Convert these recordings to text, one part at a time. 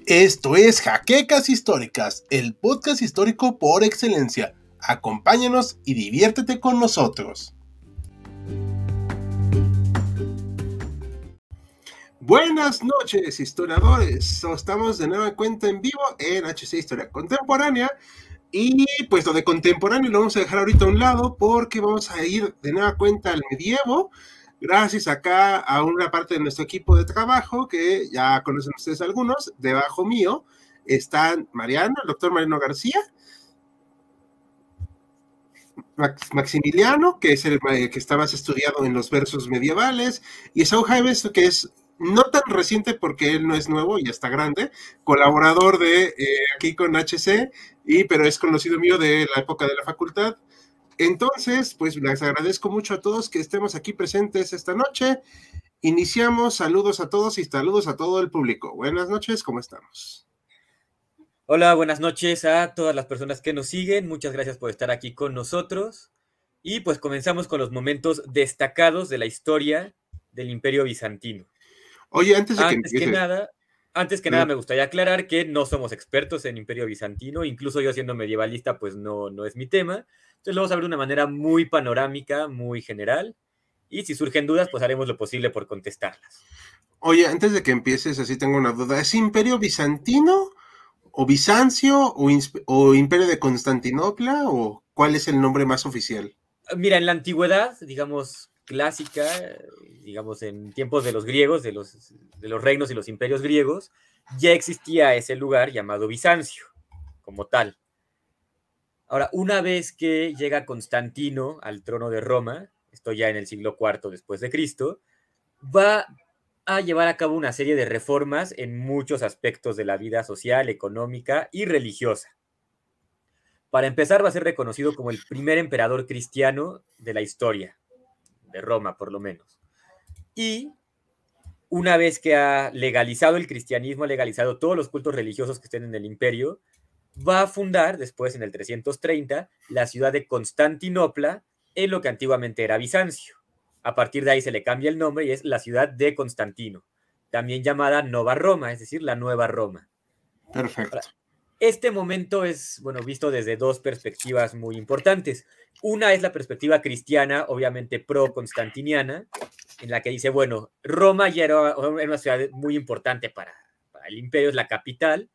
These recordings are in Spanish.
Esto es Jaquecas Históricas, el podcast histórico por excelencia. Acompáñanos y diviértete con nosotros. Buenas noches, historiadores. Estamos de nueva cuenta en vivo en HC Historia Contemporánea. Y pues lo de contemporáneo lo vamos a dejar ahorita a un lado porque vamos a ir de nueva cuenta al medievo. Gracias acá a una parte de nuestro equipo de trabajo que ya conocen ustedes algunos. Debajo mío están Mariano, el doctor Mariano García, Maximiliano, que es el que está más estudiado en los versos medievales, y Saúl Jaimes, que es no tan reciente porque él no es nuevo, ya está grande, colaborador de aquí con HC, pero es conocido mío de la época de la facultad. Entonces, pues les agradezco mucho a todos que estemos aquí presentes esta noche. Iniciamos, saludos a todos y saludos a todo el público. Buenas noches, ¿cómo estamos? Hola, buenas noches a todas las personas que nos siguen. Muchas gracias por estar aquí con nosotros. Y pues comenzamos con los momentos destacados de la historia del Imperio Bizantino. Oye, antes de que Antes que empieces. nada, me gustaría aclarar que no somos expertos en Imperio Bizantino. Incluso yo siendo medievalista, pues no es mi tema. Entonces lo vamos a ver de una manera muy panorámica, muy general. Y si surgen dudas, pues haremos lo posible por contestarlas. Oye, antes de que empieces, así tengo una duda. ¿Es Imperio Bizantino o Bizancio o Imperio de Constantinopla o cuál es el nombre más oficial? Mira, en la antigüedad, digamos, clásica, digamos, en tiempos de los griegos, de los reinos y los imperios griegos, ya existía ese lugar llamado Bizancio, como tal. Ahora, una vez que llega Constantino al trono de Roma, esto ya en el siglo IV después de Cristo, va a llevar a cabo una serie de reformas en muchos aspectos de la vida social, económica y religiosa. Para empezar, va a ser reconocido como el primer emperador cristiano de la historia, de Roma por lo menos. Y una vez que ha legalizado el cristianismo, ha legalizado todos los cultos religiosos que estén en el imperio, va a fundar después en el 330 la ciudad de Constantinopla en lo que antiguamente era Bizancio. A partir de ahí se le cambia el nombre y es la ciudad de Constantino, también llamada Nova Roma, es decir, la Nueva Roma. Perfecto. Ahora, este momento es, bueno, visto desde dos perspectivas muy importantes. Una es la perspectiva cristiana, obviamente pro-constantiniana, en la que dice, bueno, Roma ya era una ciudad muy importante para el imperio, es la capital,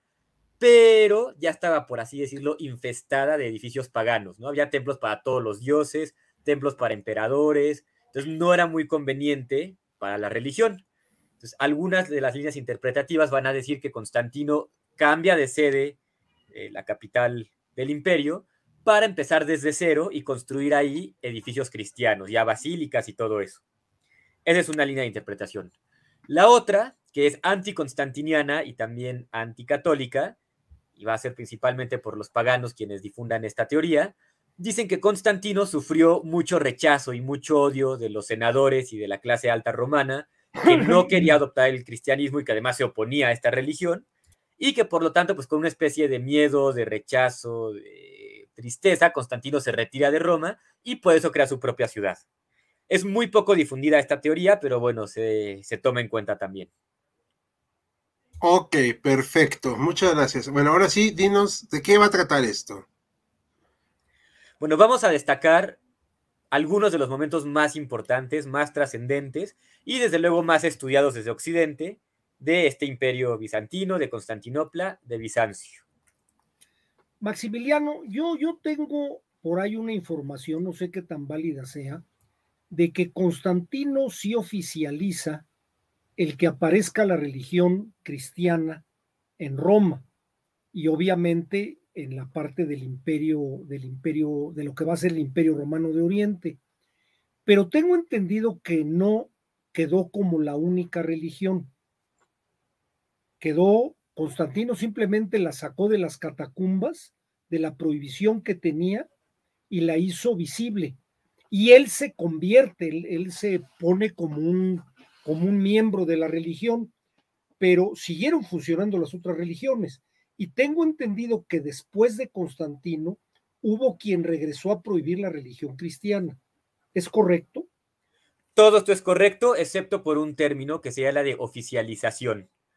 pero ya estaba, por así decirlo, infestada de edificios paganos, ¿no? Había templos para todos los dioses, templos para emperadores, entonces no era muy conveniente para la religión. Entonces, algunas de las líneas interpretativas van a decir que Constantino cambia de sede, la capital del imperio, para empezar desde cero y construir ahí edificios cristianos, ya basílicas y todo eso. Esa es una línea de interpretación. La otra, que es anticonstantiniana y también anticatólica, y va a ser principalmente por los paganos quienes difundan esta teoría, dicen que Constantino sufrió mucho rechazo y mucho odio de los senadores y de la clase alta romana, que no quería adoptar el cristianismo y que además se oponía a esta religión, y que por lo tanto, pues con una especie de miedo, de rechazo, de tristeza, Constantino se retira de Roma y por eso crea su propia ciudad. Es muy poco difundida esta teoría, pero bueno, se toma en cuenta también. Ok, perfecto. Muchas gracias. Bueno, ahora sí, dinos de qué va a tratar esto. Bueno, vamos a destacar algunos de los momentos más importantes, más trascendentes y desde luego más estudiados desde Occidente de este imperio bizantino, de Constantinopla, de Bizancio. Maximiliano, yo tengo por ahí una información, no sé qué tan válida sea, de que Constantino sí oficializa el que aparezca la religión cristiana en Roma y obviamente en la parte de lo que va a ser el imperio romano de Oriente. Pero tengo entendido que no quedó como la única religión. Constantino simplemente la sacó de las catacumbas, de la prohibición que tenía y la hizo visible. Y él se convierte, él se pone como un miembro de la religión, pero siguieron funcionando las otras religiones. Y tengo entendido que después de Constantino hubo quien regresó a prohibir la religión cristiana. ¿Es correcto? Todo esto es correcto, excepto por un término que sería la de oficialización.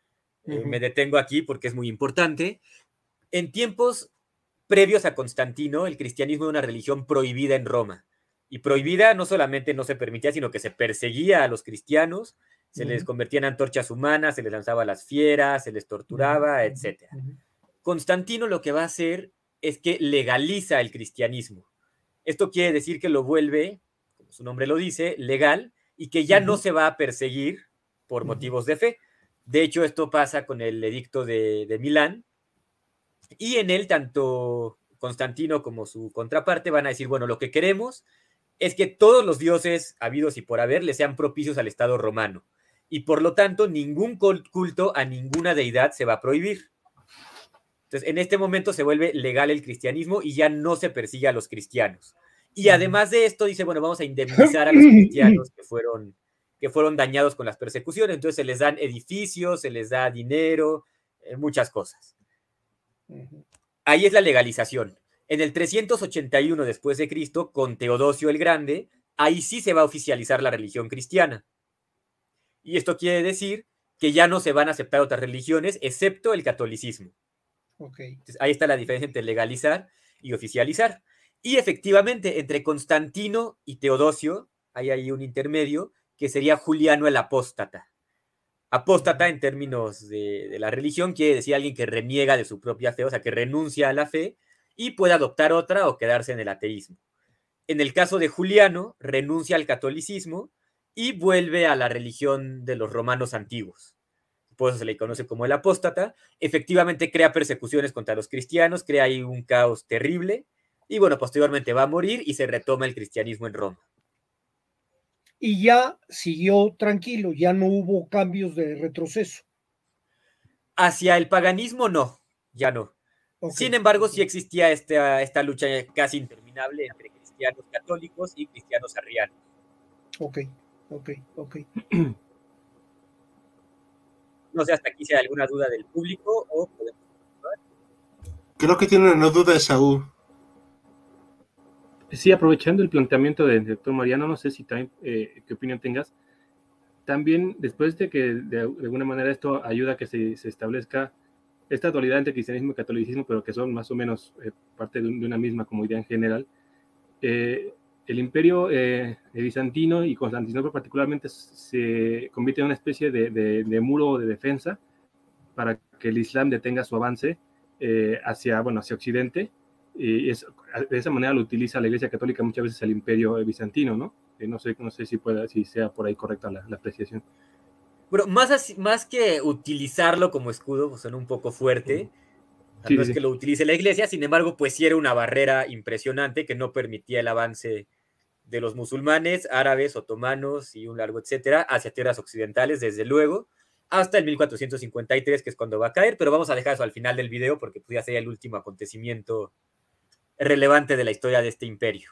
Me detengo aquí porque es muy importante. En tiempos previos a Constantino, el cristianismo era una religión prohibida en Roma. Y prohibida no solamente no se permitía, sino que se perseguía a los cristianos, se les convertía en antorchas humanas, se les lanzaba a las fieras, se les torturaba, etc. Constantino lo que va a hacer es que legaliza el cristianismo. Esto quiere decir que lo vuelve, como su nombre lo dice, legal, y que ya no se va a perseguir por motivos de fe. De hecho, esto pasa con el edicto de Milán, y en él tanto Constantino como su contraparte van a decir, bueno, lo que queremos es que todos los dioses habidos y por haber le sean propicios al Estado romano, y por lo tanto ningún culto a ninguna deidad se va a prohibir. Entonces, en este momento se vuelve legal el cristianismo y ya no se persigue a los cristianos. Y además de esto, dice, bueno, vamos a indemnizar a los cristianos que fueron dañados con las persecuciones. Entonces se les dan edificios, se les da dinero, muchas cosas. Ahí es la legalización. En el 381 después de Cristo, con Teodosio el Grande, ahí sí se va a oficializar la religión cristiana. Y esto quiere decir que ya no se van a aceptar otras religiones, excepto el catolicismo. Entonces, ahí está la diferencia entre legalizar y oficializar. Y efectivamente, entre Constantino y Teodosio, hay ahí un intermedio, que sería Juliano el Apóstata. Apóstata, en términos de la religión, quiere decir alguien que reniega de su propia fe, o sea, que renuncia a la fe y puede adoptar otra o quedarse en el ateísmo. En el caso de Juliano, renuncia al catolicismo y vuelve a la religión de los romanos antiguos. Por eso se le conoce como el apóstata. Efectivamente crea persecuciones contra los cristianos, crea ahí un caos terrible, y bueno, posteriormente va a morir y se retoma el cristianismo en Roma. Y ya siguió tranquilo, ya no hubo cambios de retroceso. Hacia el paganismo no, ya no. Sin embargo, sí existía esta lucha casi interminable entre cristianos católicos y cristianos arrianos. Ok. No sé hasta aquí si hay alguna duda del público o podemos continuar. Creo que tiene una duda de Saúl. Sí, aprovechando el planteamiento del doctor Mariano, no sé si también, qué opinión tengas. También, después de que de alguna manera esto ayuda a que se establezca esta dualidad entre cristianismo y catolicismo, pero que son más o menos parte de una misma como idea en general, el imperio bizantino y Constantinopla particularmente se convierte en una especie de muro de defensa para que el Islam detenga su avance hacia Occidente, y de esa manera lo utiliza la Iglesia Católica muchas veces el imperio bizantino, ¿no? No sé si sea por ahí correcta la apreciación. Bueno, más que utilizarlo como escudo, pues suena un poco fuerte. No es que lo utilice la Iglesia, sin embargo, pues sí era una barrera impresionante que no permitía el avance de los musulmanes, árabes, otomanos y un largo etcétera, hacia tierras occidentales, desde luego, hasta el 1453, que es cuando va a caer, pero vamos a dejar eso al final del video porque pues, ya sería el último acontecimiento relevante de la historia de este imperio.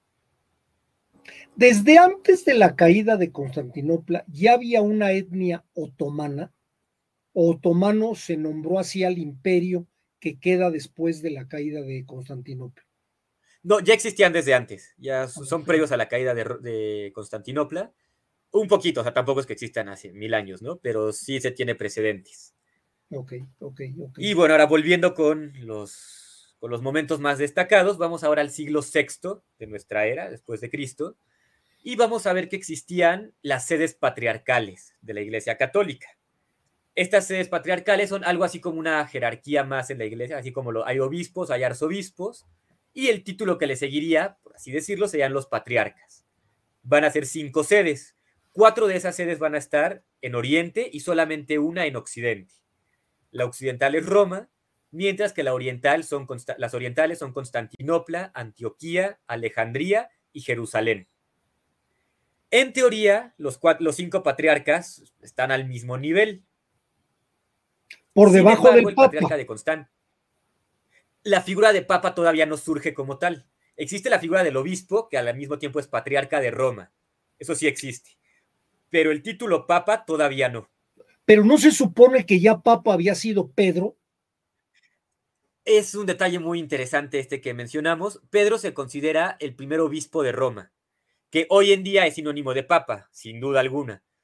Desde antes de la caída de Constantinopla, ¿ya había una etnia otomana? ¿O otomano se nombró así al imperio que queda después de la caída de Constantinopla? No, ya existían desde antes, ya son previos a la caída de Constantinopla. Un poquito, o sea, tampoco es que existan hace 1000 años, ¿no? Pero sí se tiene precedentes. Ok. Y bueno, ahora volviendo con los momentos más destacados, vamos ahora al siglo VI de nuestra era, después de Cristo, y vamos a ver que existían las sedes patriarcales de la Iglesia Católica. Estas sedes patriarcales son algo así como una jerarquía más en la Iglesia, así como hay obispos, hay arzobispos, y el título que le seguiría, por así decirlo, serían los patriarcas. Van a ser 5 sedes. 4 de esas sedes van a estar en Oriente y solamente una en Occidente. La occidental es Roma, mientras que las orientales son Constantinopla, Antioquía, Alejandría y Jerusalén. En teoría, los 5 patriarcas están al mismo nivel. Por debajo del Papa. Patriarca de Constantinopla. La figura de Papa todavía no surge como tal. Existe la figura del obispo, que al mismo tiempo es patriarca de Roma. Eso sí existe. Pero el título Papa todavía no. Pero ¿no se supone que ya Papa había sido Pedro? Es un detalle muy interesante este que mencionamos. Pedro se considera el primer obispo de Roma, que hoy en día es sinónimo de Papa, sin duda alguna.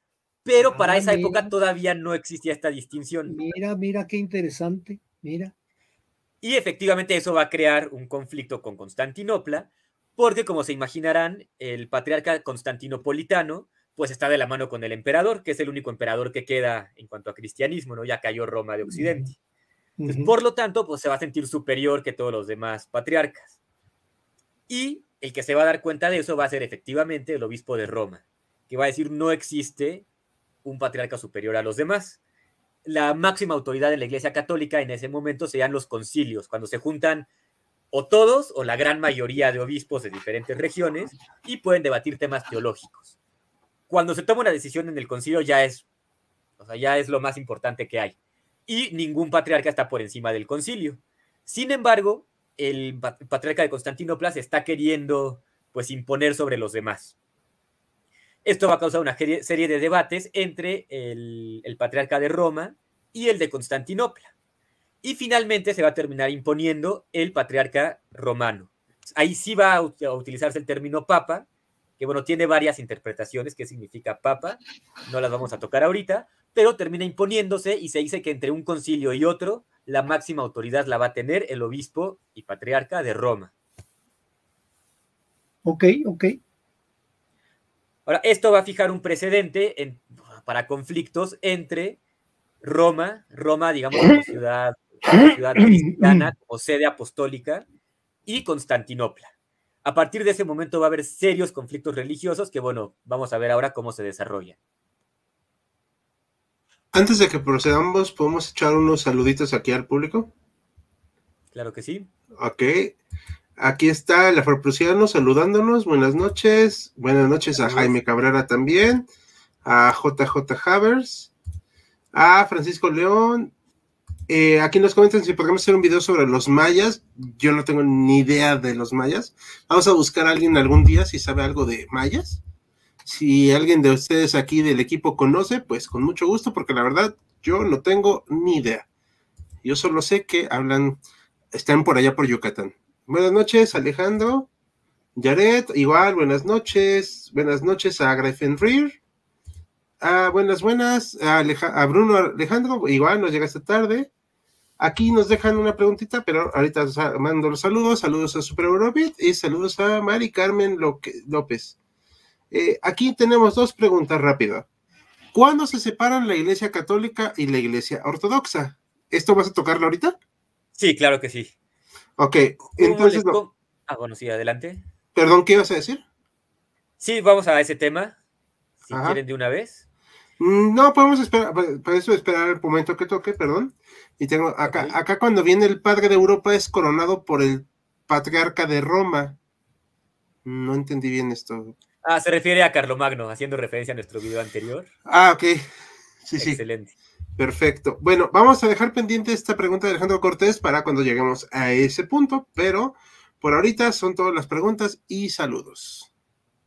pero para esa mira. época todavía no existía esta distinción. Mira, qué interesante, mira. Y efectivamente eso va a crear un conflicto con Constantinopla, porque como se imaginarán, el patriarca constantinopolitano pues está de la mano con el emperador, que es el único emperador que queda en cuanto a cristianismo, ¿no? Ya cayó Roma de Occidente. Entonces, por lo tanto, pues se va a sentir superior que todos los demás patriarcas. Y el que se va a dar cuenta de eso va a ser efectivamente el obispo de Roma, que va a decir no existe un patriarca superior a los demás. La máxima autoridad en la Iglesia Católica en ese momento serían los concilios, cuando se juntan o todos o la gran mayoría de obispos de diferentes regiones y pueden debatir temas teológicos. Cuando se toma una decisión en el concilio ya es lo más importante que hay. Y ningún patriarca está por encima del concilio. Sin embargo, el patriarca de Constantinopla se está queriendo pues imponer sobre los demás. Esto va a causar una serie de debates entre el patriarca de Roma y el de Constantinopla. Y finalmente se va a terminar imponiendo el patriarca romano. Ahí sí va a utilizarse el término papa, que bueno, tiene varias interpretaciones, qué significa papa, no las vamos a tocar ahorita, pero termina imponiéndose y se dice que entre un concilio y otro, la máxima autoridad la va a tener el obispo y patriarca de Roma. Ok. Ahora, esto va a fijar un precedente para conflictos entre Roma, digamos, como ciudad cristiana, como sede apostólica, y Constantinopla. A partir de ese momento va a haber serios conflictos religiosos que, bueno, vamos a ver ahora cómo se desarrollan. Antes de que procedamos, ¿podemos echar unos saluditos aquí al público? Claro que sí. Ok. Aquí está el afroprusiano saludándonos. Buenas noches. Buenas noches a Jaime Cabrera también. A JJ Havers. A Francisco León. Aquí nos comentan si podemos hacer un video sobre los mayas. Yo no tengo ni idea de los mayas. Vamos a buscar a alguien algún día si sabe algo de mayas. Si alguien de ustedes aquí del equipo conoce, pues con mucho gusto, porque la verdad yo no tengo ni idea. Yo solo sé que están por allá por Yucatán. Buenas noches, Alejandro. Jared, igual, buenas noches. Buenas noches a Greifenrir. Buenas. A Bruno Alejandro, igual nos llega esta tarde. Aquí nos dejan una preguntita, pero ahorita mando los saludos. Saludos a Super Eurobit y saludos a Mari Carmen López. Aquí tenemos dos preguntas rápidas. ¿Cuándo se separan la Iglesia Católica y la Iglesia Ortodoxa? ¿Esto vas a tocarlo ahorita? Sí, claro que sí. Ok, entonces no. Bueno, sí, adelante. Perdón, ¿qué ibas a decir? Sí, vamos a ese tema, si quieren de una vez. No, podemos esperar, para eso esperar el momento que toque, perdón. Y tengo acá cuando viene el padre de Europa es coronado por el patriarca de Roma. No entendí bien esto. Se refiere a Carlomagno, haciendo referencia a nuestro video anterior. Ok. Sí. Excelente. Perfecto. Bueno, vamos a dejar pendiente esta pregunta de Alejandro Cortés para cuando lleguemos a ese punto, pero por ahorita son todas las preguntas y saludos.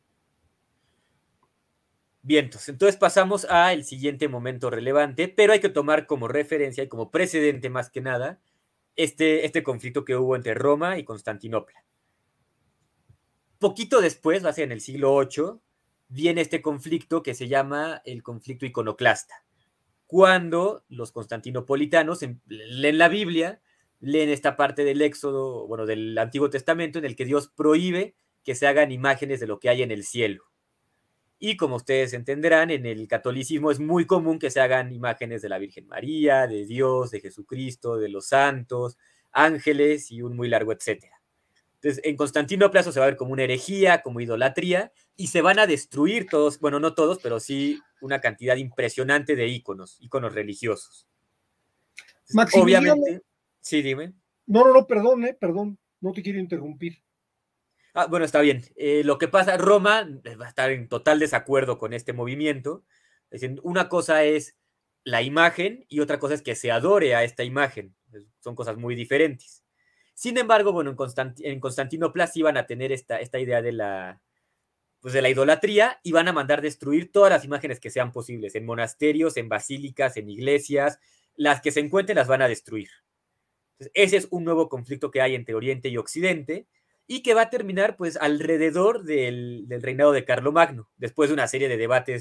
Bien, entonces pasamos al siguiente momento relevante, pero hay que tomar como referencia y como precedente más que nada este conflicto que hubo entre Roma y Constantinopla. Poquito después, va a ser en el siglo VIII, viene este conflicto que se llama el conflicto iconoclasta. Cuando los constantinopolitanos leen la Biblia, leen esta parte del Éxodo, bueno, del Antiguo Testamento, en el que Dios prohíbe que se hagan imágenes de lo que hay en el cielo. Y como ustedes entenderán, en el catolicismo es muy común que se hagan imágenes de la Virgen María, de Dios, de Jesucristo, de los santos, ángeles y un muy largo etcétera. Entonces, en Constantinopla eso se va a ver como una herejía, como idolatría, y se van a destruir todos, bueno, no todos, pero sí una cantidad impresionante de íconos religiosos. Maximiliano, obviamente, sí, dime. No, perdón, no te quiero interrumpir. Bueno, está bien. Lo que pasa, Roma va a estar en total desacuerdo con este movimiento. Es decir, una cosa es la imagen y otra cosa es que se adore a esta imagen. Son cosas muy diferentes. Sin embargo, bueno, en Constantinopla sí van a tener esta idea de la idolatría y van a mandar destruir todas las imágenes que sean posibles, en monasterios, en basílicas, en iglesias, las que se encuentren las van a destruir. Entonces, ese es un nuevo conflicto que hay entre Oriente y Occidente y que va a terminar pues alrededor del reinado de Carlomagno, después de una serie de debates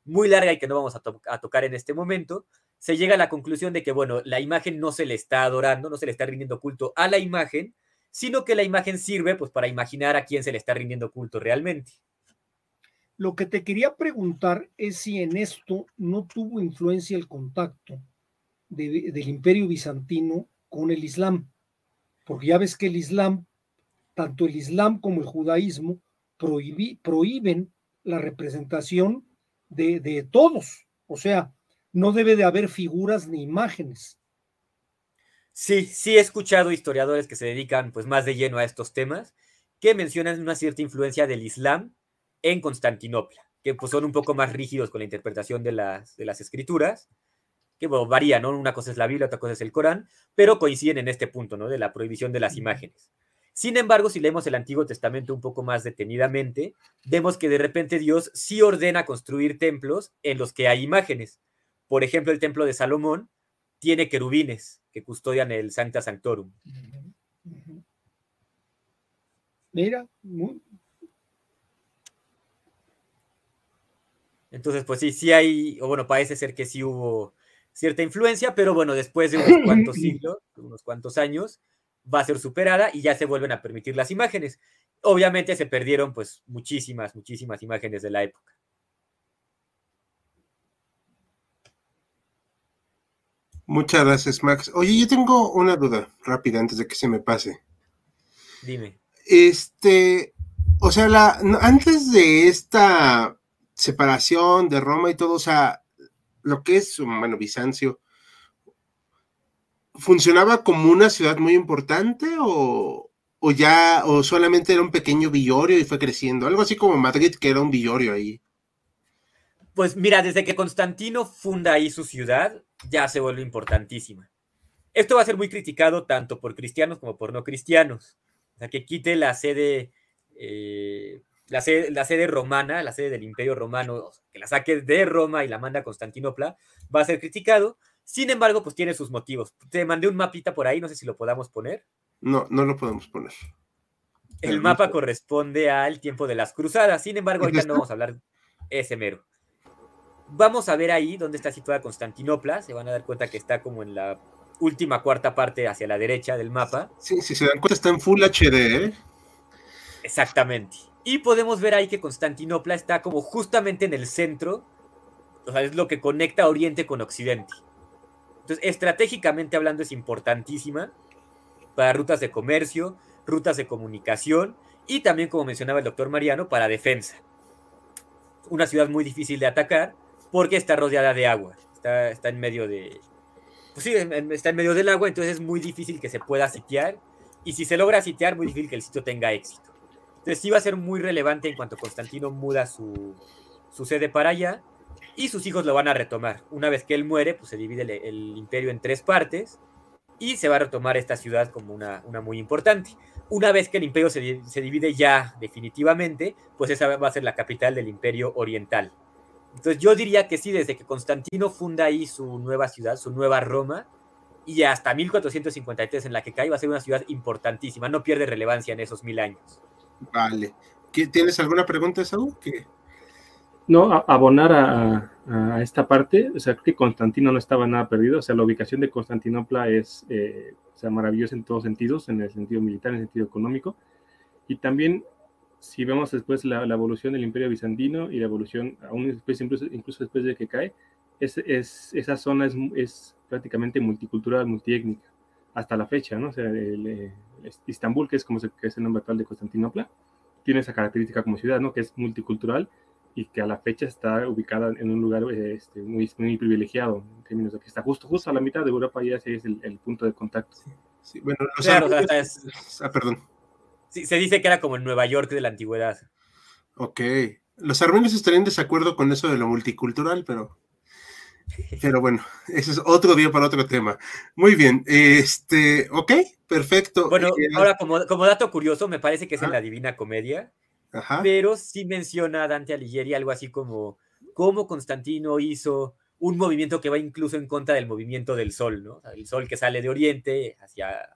muy larga y que no vamos a tocar en este momento, se llega a la conclusión de que, bueno, la imagen no se le está adorando, no se le está rindiendo culto a la imagen, sino que la imagen sirve pues para imaginar a quién se le está rindiendo culto realmente. Lo que te quería preguntar es si en esto no tuvo influencia el contacto del Imperio Bizantino con el Islam, porque ya ves que el Islam, tanto el Islam como el judaísmo, prohíben la representación de todos, o sea, no debe de haber figuras ni imágenes. Sí, sí he escuchado historiadores que se dedican pues más de lleno a estos temas, que mencionan una cierta influencia del Islam en Constantinopla, que pues son un poco más rígidos con la interpretación de las escrituras, que bueno, varía, ¿no? Una cosa es la Biblia, otra cosa es el Corán, pero coinciden en este punto, ¿no? De la prohibición de las imágenes. Sin embargo, si leemos el Antiguo Testamento un poco más detenidamente, vemos que de repente Dios sí ordena construir templos en los que hay imágenes. Por ejemplo, el templo de Salomón tiene querubines que custodian el Sancta Sanctorum. Mira, entonces, pues sí hay, o bueno, parece ser que sí hubo cierta influencia, pero bueno, después de unos cuantos siglos, unos cuantos años, va a ser superada y ya se vuelven a permitir las imágenes. Obviamente se perdieron pues muchísimas imágenes de la época. Muchas gracias, Max. Oye, yo tengo una duda rápida antes de que se me pase. Dime. O sea, antes de esta separación de Roma y todo, o sea, lo que es, bueno, Bizancio, ¿funcionaba como una ciudad muy importante o solamente era un pequeño villorio y fue creciendo? Algo así como Madrid, que era un villorio ahí. Pues mira, desde que Constantino funda ahí su ciudad, ya se vuelve importantísima. Esto va a ser muy criticado tanto por cristianos como por no cristianos. O sea, que quite la sede romana, la sede del Imperio Romano, que la saque de Roma y la manda a Constantinopla, va a ser criticado. Sin embargo, pues tiene sus motivos. Te mandé un mapita por ahí, no sé si lo podamos poner. No, no lo podemos poner. El mapa corresponde al tiempo de las cruzadas. Sin embargo, ahorita no vamos a hablar ese mero. Vamos a ver ahí dónde está situada Constantinopla. Se van a dar cuenta que está como en la última cuarta parte hacia la derecha del mapa. Sí, si se dan cuenta está en Full HD, ¿eh? Exactamente. Y podemos ver ahí que Constantinopla está como justamente en el centro. O sea, es lo que conecta Oriente con Occidente. Entonces, estratégicamente hablando, es importantísima para rutas de comercio, rutas de comunicación y también, como mencionaba el doctor Mariano, para defensa. Una ciudad muy difícil de atacar porque está rodeada de agua. Está en medio de... Pues sí, está en medio del agua, entonces es muy difícil que se pueda sitiar. Y si se logra sitiar, muy difícil que el sitio tenga éxito. Entonces sí va a ser muy relevante en cuanto Constantino muda su sede para allá. Y sus hijos lo van a retomar. Una vez que él muere, pues se divide el imperio en 3 partes. Y se va a retomar esta ciudad como una muy importante. Una vez que el imperio se divide ya definitivamente, pues esa va a ser la capital del Imperio Oriental. Entonces yo diría que sí, desde que Constantino funda ahí su nueva ciudad, su nueva Roma, y hasta 1453 en la que cae, va a ser una ciudad importantísima, no pierde relevancia en esos 1000 años. Vale. ¿Tienes alguna pregunta, Saúl? No, abonar a esta parte, o sea, que Constantino no estaba nada perdido, o sea, la ubicación de Constantinopla es o sea, maravillosa en todos sentidos, en el sentido militar, en el sentido económico, y también si vemos después la evolución del Imperio Bizantino y la evolución, aún después, incluso después de que cae, esa zona es prácticamente multicultural, multiétnica, hasta la fecha, ¿no? O sea, Istambul, que es el nombre actual de Constantinopla, tiene esa característica como ciudad, ¿no? Que es multicultural y que a la fecha está ubicada en un lugar muy privilegiado, en términos de que está justo a la mitad de Europa y ese es el punto de contacto. Sí, bueno, claro, perdón. Sí, se dice que era como el Nueva York de la antigüedad. Ok. Los armenios estarían en desacuerdo con eso de lo multicultural, pero bueno, ese es otro día para otro tema. Muy bien, ok, perfecto. Bueno, ahora como dato curioso, me parece que es en la Divina Comedia, pero sí menciona a Dante Alighieri algo así como cómo Constantino hizo un movimiento que va incluso en contra del movimiento del Sol, ¿no? O sea, el Sol que sale de Oriente hacia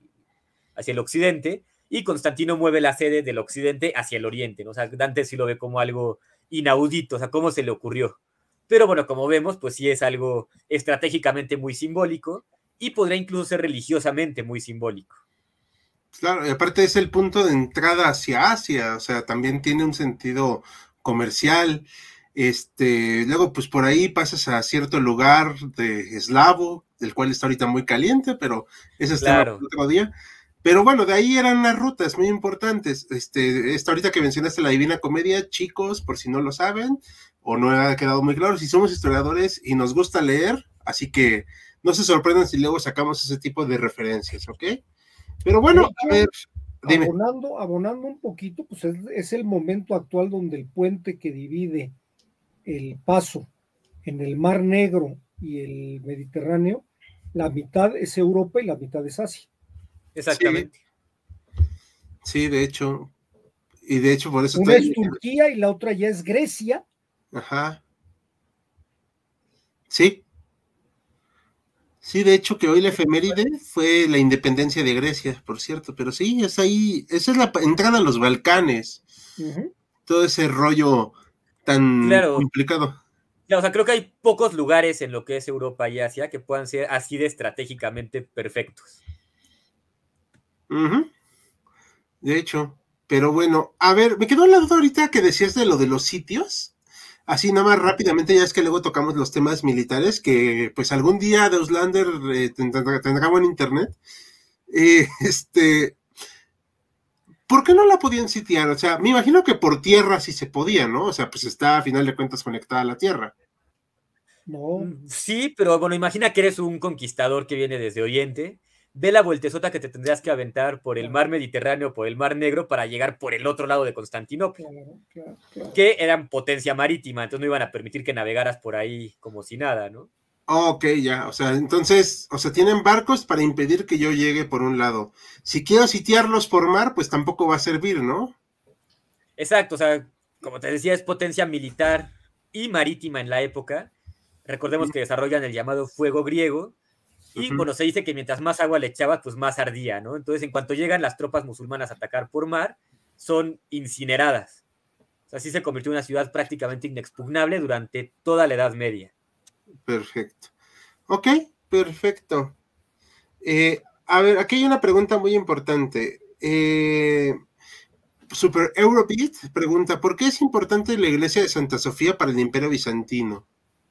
el Occidente, y Constantino mueve la sede del Occidente hacia el Oriente, ¿no? O sea, Dante sí lo ve como algo inaudito, o sea, ¿cómo se le ocurrió? Pero bueno, como vemos, pues sí es algo estratégicamente muy simbólico y podría incluso ser religiosamente muy simbólico. Claro, y aparte es el punto de entrada hacia Asia, o sea, también tiene un sentido comercial. Luego, pues por ahí pasas a cierto lugar de eslavo, del cual está ahorita muy caliente, pero ese es tema para Claro. otro día. Pero bueno, de ahí eran las rutas muy importantes. Esta ahorita que mencionaste la Divina Comedia, chicos, por si no lo saben, o no ha quedado muy claro, si somos historiadores y nos gusta leer, así que no se sorprendan si luego sacamos ese tipo de referencias, ¿ok? Pero De bueno, hecho, a ver, dime. abonando un poquito, pues es el momento actual donde el puente que divide el paso en el Mar Negro y el Mediterráneo, la mitad es Europa y la mitad es Asia. Sí, Exactamente. sí, de hecho. Y de hecho, por eso Una estoy. es Turquía y la otra ya es Grecia. Ajá. Sí. Sí, de hecho, que hoy la efeméride fue la independencia de Grecia, por cierto. Pero sí, es ahí. Esa es la entrada a los Balcanes. Uh-huh. Todo ese rollo tan Claro. complicado. O sea, creo que hay pocos lugares en lo que es Europa y Asia que puedan ser así de estratégicamente perfectos. Uh-huh. De hecho. Pero bueno, a ver, me quedó la duda ahorita que decías de lo de los sitios. Así nada más rápidamente, ya es que luego tocamos los temas militares, que pues algún día de Auslander tendrá buen internet. Eh, este, ¿Por qué no la podían sitiar? O sea, me imagino que por tierra sí se podía, ¿no? O sea, pues está a final de cuentas conectada a la tierra. No, Sí, pero bueno, imagina que eres un conquistador que viene desde Oriente, ve la vueltezota que te tendrías que aventar por el mar Mediterráneo, por el mar Negro, para llegar por el otro lado de Constantinopla, claro. que eran potencia marítima, entonces no iban a permitir que navegaras por ahí como si nada, ¿no? Ok, ya, o sea, entonces, o sea, tienen barcos para impedir que yo llegue por un lado. Si quiero sitiarlos por mar, pues tampoco va a servir, ¿no? Exacto, o sea, como te decía, es potencia militar y marítima en la época. Recordemos que desarrollan el llamado fuego griego. Y Uh-huh. bueno, se dice que mientras más agua le echabas, pues más ardía, ¿no? Entonces, en cuanto llegan las tropas musulmanas a atacar por mar, son incineradas. O sea, así se convirtió en una ciudad prácticamente inexpugnable durante toda la Edad Media. Perfecto. Ok, perfecto. A ver, aquí hay una pregunta muy importante. Super Eurobeat pregunta, ¿por qué es importante la iglesia de Santa Sofía para el Imperio Bizantino?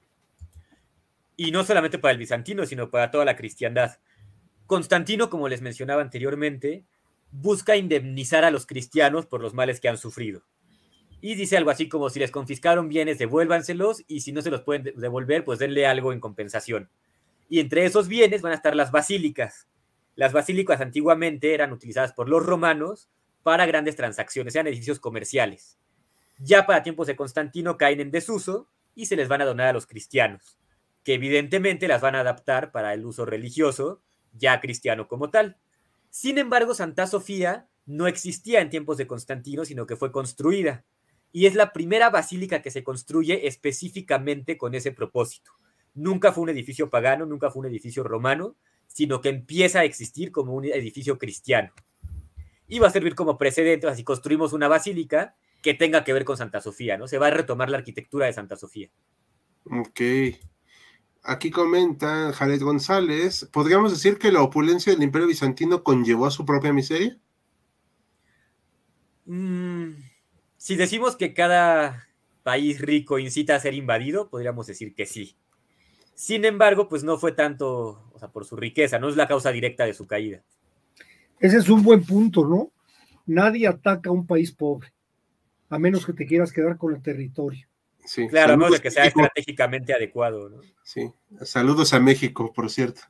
Y no solamente para el bizantino, sino para toda la cristiandad. Constantino, como les mencionaba anteriormente, busca indemnizar a los cristianos por los males que han sufrido. Y dice algo así como: si les confiscaron bienes, devuélvanselos, y si no se los pueden devolver, pues denle algo en compensación. Y entre esos bienes van a estar las basílicas. Las basílicas antiguamente eran utilizadas por los romanos para grandes transacciones, eran edificios comerciales. Ya para tiempos de Constantino caen en desuso y se les van a donar a los cristianos, que evidentemente las van a adaptar para el uso religioso, ya cristiano como tal. Sin embargo, Santa Sofía no existía en tiempos de Constantino, sino que fue construida. Y es la primera basílica que se construye específicamente con ese propósito. Nunca fue un edificio pagano, nunca fue un edificio romano, sino que empieza a existir como un edificio cristiano. Y va a servir como precedente, así construimos una basílica que tenga que ver con Santa Sofía, ¿no? Se va a retomar la arquitectura de Santa Sofía. Ok. Aquí comenta Jared González, ¿podríamos decir que la opulencia del Imperio Bizantino conllevó a su propia miseria? Si decimos que cada país rico incita a ser invadido, podríamos decir que sí. Sin embargo, pues no fue tanto, o sea, por su riqueza, no es la causa directa de su caída. Ese es un buen punto, ¿no? Nadie ataca a un país pobre, a menos que te quieras quedar con el territorio. Sí, Claro, a menos de saludos que a sea México. estratégicamente adecuado, ¿no? Sí, saludos a México, por cierto.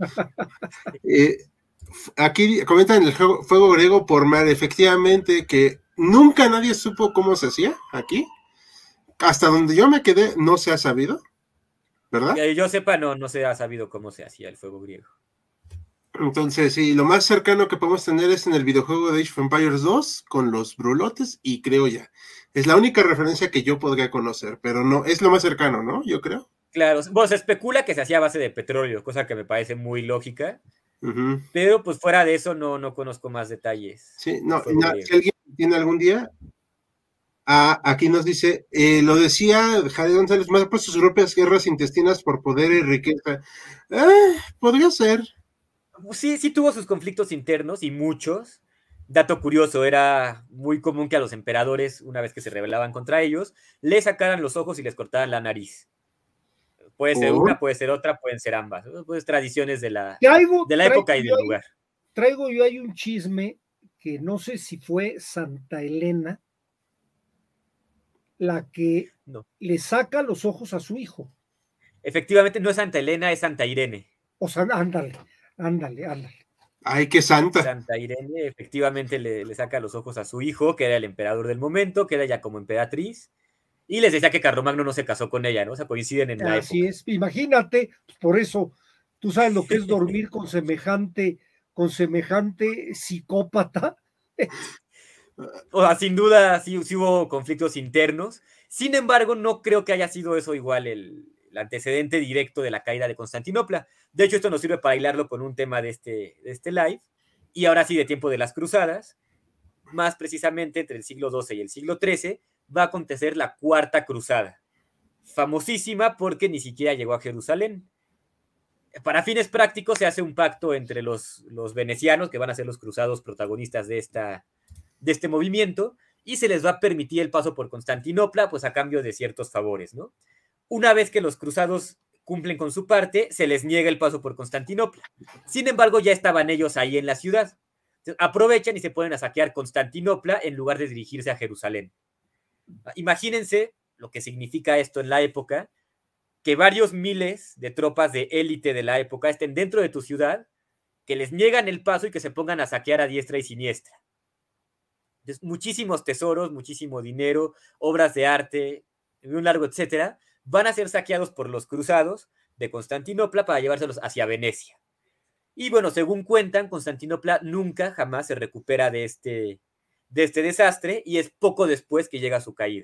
Aquí comentan el fuego griego por mar, efectivamente, que nunca nadie supo cómo se hacía aquí. Hasta donde yo me quedé, no se ha sabido, ¿verdad? Que yo sepa, no se ha sabido cómo se hacía el fuego griego. Entonces, sí, lo más cercano que podemos tener es en el videojuego de Age of Empires 2 con los brulotes y creo ya. Es la única referencia que yo podría conocer, pero no, es lo más cercano, ¿no? Yo creo. Claro, bueno, se especula que se hacía a base de petróleo, cosa que me parece muy lógica, Uh-huh. pero pues fuera de eso no conozco más detalles Sí, del no, fuego griego. si alguien tiene algún día, Aquí nos dice, lo decía Jared González, más por sus propias guerras intestinas por poder y riqueza. Podría ser. Sí, sí tuvo sus conflictos internos y muchos. Dato curioso, era muy común que a los emperadores, una vez que se rebelaban contra ellos, les sacaran los ojos y les cortaran la nariz. Puede ser una, puede ser otra, pueden ser ambas. Pues tradiciones de la época y del lugar. Traigo yo ahí un chisme que no sé si fue Santa Elena la que le saca los ojos a su hijo. Efectivamente, no es Santa Elena, es Santa Irene. O sea, ándale. Ay, qué santa. Santa Irene efectivamente le saca los ojos a su hijo, que era el emperador del momento, que era ya como emperatriz, y les decía que Carlomagno no se casó con ella, ¿no? O sea, coinciden en la época. Así es, imagínate, por eso, tú sabes lo que es dormir con semejante psicópata. O sea, sin duda sí hubo conflictos internos. Sin embargo, no creo que haya sido eso igual el antecedente directo de la caída de Constantinopla. De hecho, esto nos sirve para hilarlo con un tema de este live. Y ahora sí, de tiempo de las cruzadas, más precisamente entre el siglo XII y el siglo XIII, va a acontecer la Cuarta Cruzada. Famosísima porque ni siquiera llegó a Jerusalén. Para fines prácticos se hace un pacto entre los venecianos, que van a ser los cruzados protagonistas de este movimiento, y se les va a permitir el paso por Constantinopla, pues a cambio de ciertos favores, ¿no? Una vez que los cruzados cumplen con su parte, se les niega el paso por Constantinopla. Sin embargo, ya estaban ellos ahí en la ciudad. Entonces, aprovechan y se ponen a saquear Constantinopla en lugar de dirigirse a Jerusalén. Imagínense lo que significa esto en la época, que varios miles de tropas de élite de la época estén dentro de tu ciudad, que les niegan el paso y que se pongan a saquear a diestra y siniestra. Entonces, muchísimos tesoros, muchísimo dinero, obras de arte, un largo etcétera, van a ser saqueados por los cruzados de Constantinopla para llevárselos hacia Venecia. Y bueno, según cuentan, Constantinopla nunca, jamás se recupera de este desastre y es poco después que llega su caída.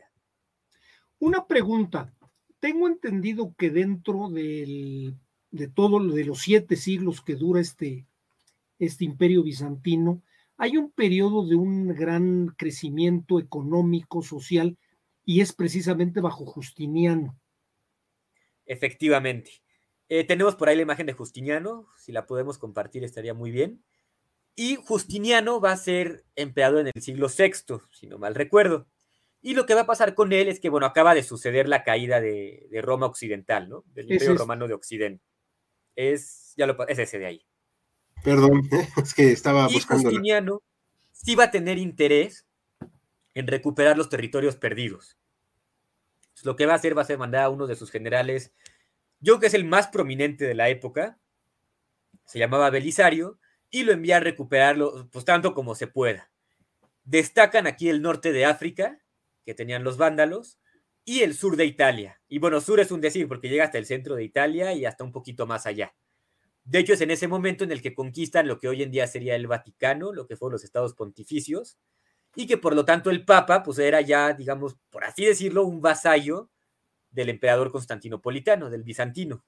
Una pregunta. Tengo entendido que dentro de todo de los 7 siglos que dura este imperio bizantino, hay un periodo de un gran crecimiento económico, social, y es precisamente bajo Justiniano. Efectivamente. Tenemos por ahí la imagen de Justiniano, si la podemos compartir estaría muy bien. Y Justiniano va a ser emperador en el siglo VI, si no mal recuerdo. Y lo que va a pasar con él es que, bueno, acaba de suceder la caída de Roma Occidental, ¿no? Del Imperio Romano de Occidente. Es ese de ahí. Perdón, es que estaba buscando. Y Justiniano sí va a tener interés en recuperar los territorios perdidos. Entonces, lo que va a hacer mandar a uno de sus generales, yo creo que es el más prominente de la época, se llamaba Belisario, y lo envía a recuperarlo, pues tanto como se pueda. Destacan aquí el norte de África, que tenían los vándalos, y el sur de Italia. Y bueno, sur es un decir, porque llega hasta el centro de Italia y hasta un poquito más allá. De hecho, es en ese momento en el que conquistan lo que hoy en día sería el Vaticano, lo que fueron los estados pontificios, y que por lo tanto el Papa, pues era ya, digamos, por así decirlo, un vasallo del emperador constantinopolitano, del bizantino.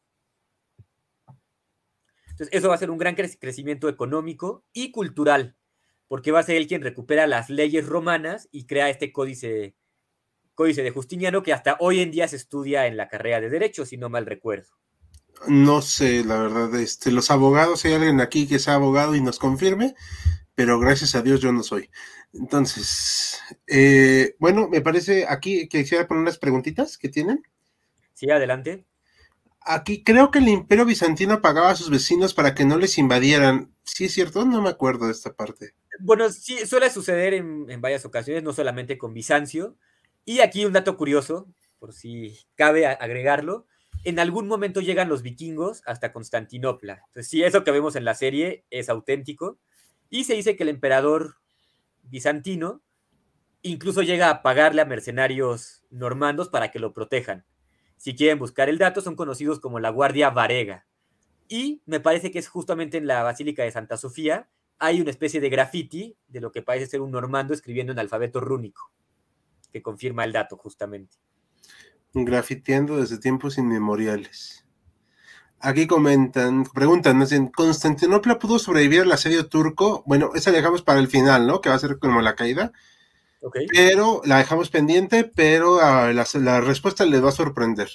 Entonces, eso va a ser un gran crecimiento económico y cultural, porque va a ser él quien recupera las leyes romanas y crea este códice de Justiniano que hasta hoy en día se estudia en la carrera de Derecho, si no mal recuerdo. No sé, la verdad, los abogados, hay alguien aquí que sea abogado y nos confirme, pero gracias a Dios yo no soy. Entonces, bueno, me parece aquí que quisiera poner unas preguntitas que tienen. Sí, adelante. Aquí creo que el Imperio Bizantino pagaba a sus vecinos para que no les invadieran. ¿Sí es cierto? No me acuerdo de esta parte. Bueno, sí, suele suceder en varias ocasiones, no solamente con Bizancio. Y aquí un dato curioso, por si cabe agregarlo. En algún momento llegan los vikingos hasta Constantinopla. Entonces, sí, eso que vemos en la serie es auténtico. Y se dice que el emperador bizantino incluso llega a pagarle a mercenarios normandos para que lo protejan. Si quieren buscar el dato, son conocidos como la Guardia Varega. Y me parece que es justamente en la Basílica de Santa Sofía, hay una especie de graffiti de lo que parece ser un normando escribiendo en alfabeto rúnico, que confirma el dato justamente. Grafiteando desde tiempos inmemoriales. Aquí preguntan, ¿Constantinopla pudo sobrevivir al asedio turco? Bueno, esa la dejamos para el final, ¿no? Que va a ser como la caída. Ok. pero la dejamos pendiente, pero la respuesta les va a sorprender.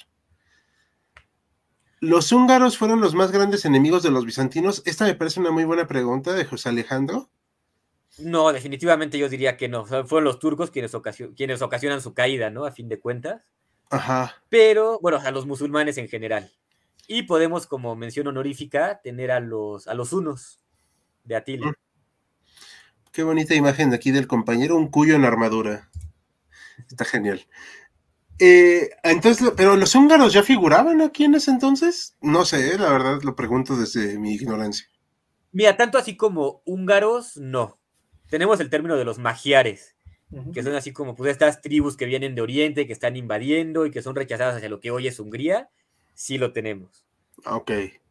¿Los húngaros fueron los más grandes enemigos de los bizantinos? Esta me parece una muy buena pregunta de José Alejandro. No, definitivamente yo diría que no. O sea, fueron los turcos quienes ocasionan su caída, ¿no? A fin de cuentas. Ajá. Pero, bueno, a los musulmanes en general. Y podemos, como mención honorífica, tener a los hunos de Atila. Qué bonita imagen de aquí del compañero, un cuyo en armadura. Está genial. Entonces, ¿pero los húngaros ya figuraban aquí en ese entonces? No sé, la verdad lo pregunto desde mi ignorancia. Mira, tanto así como húngaros, no. Tenemos el término de los magiares, que son así como pues estas tribus que vienen de Oriente, que están invadiendo y que son rechazadas hacia lo que hoy es Hungría. Sí lo tenemos. Ok.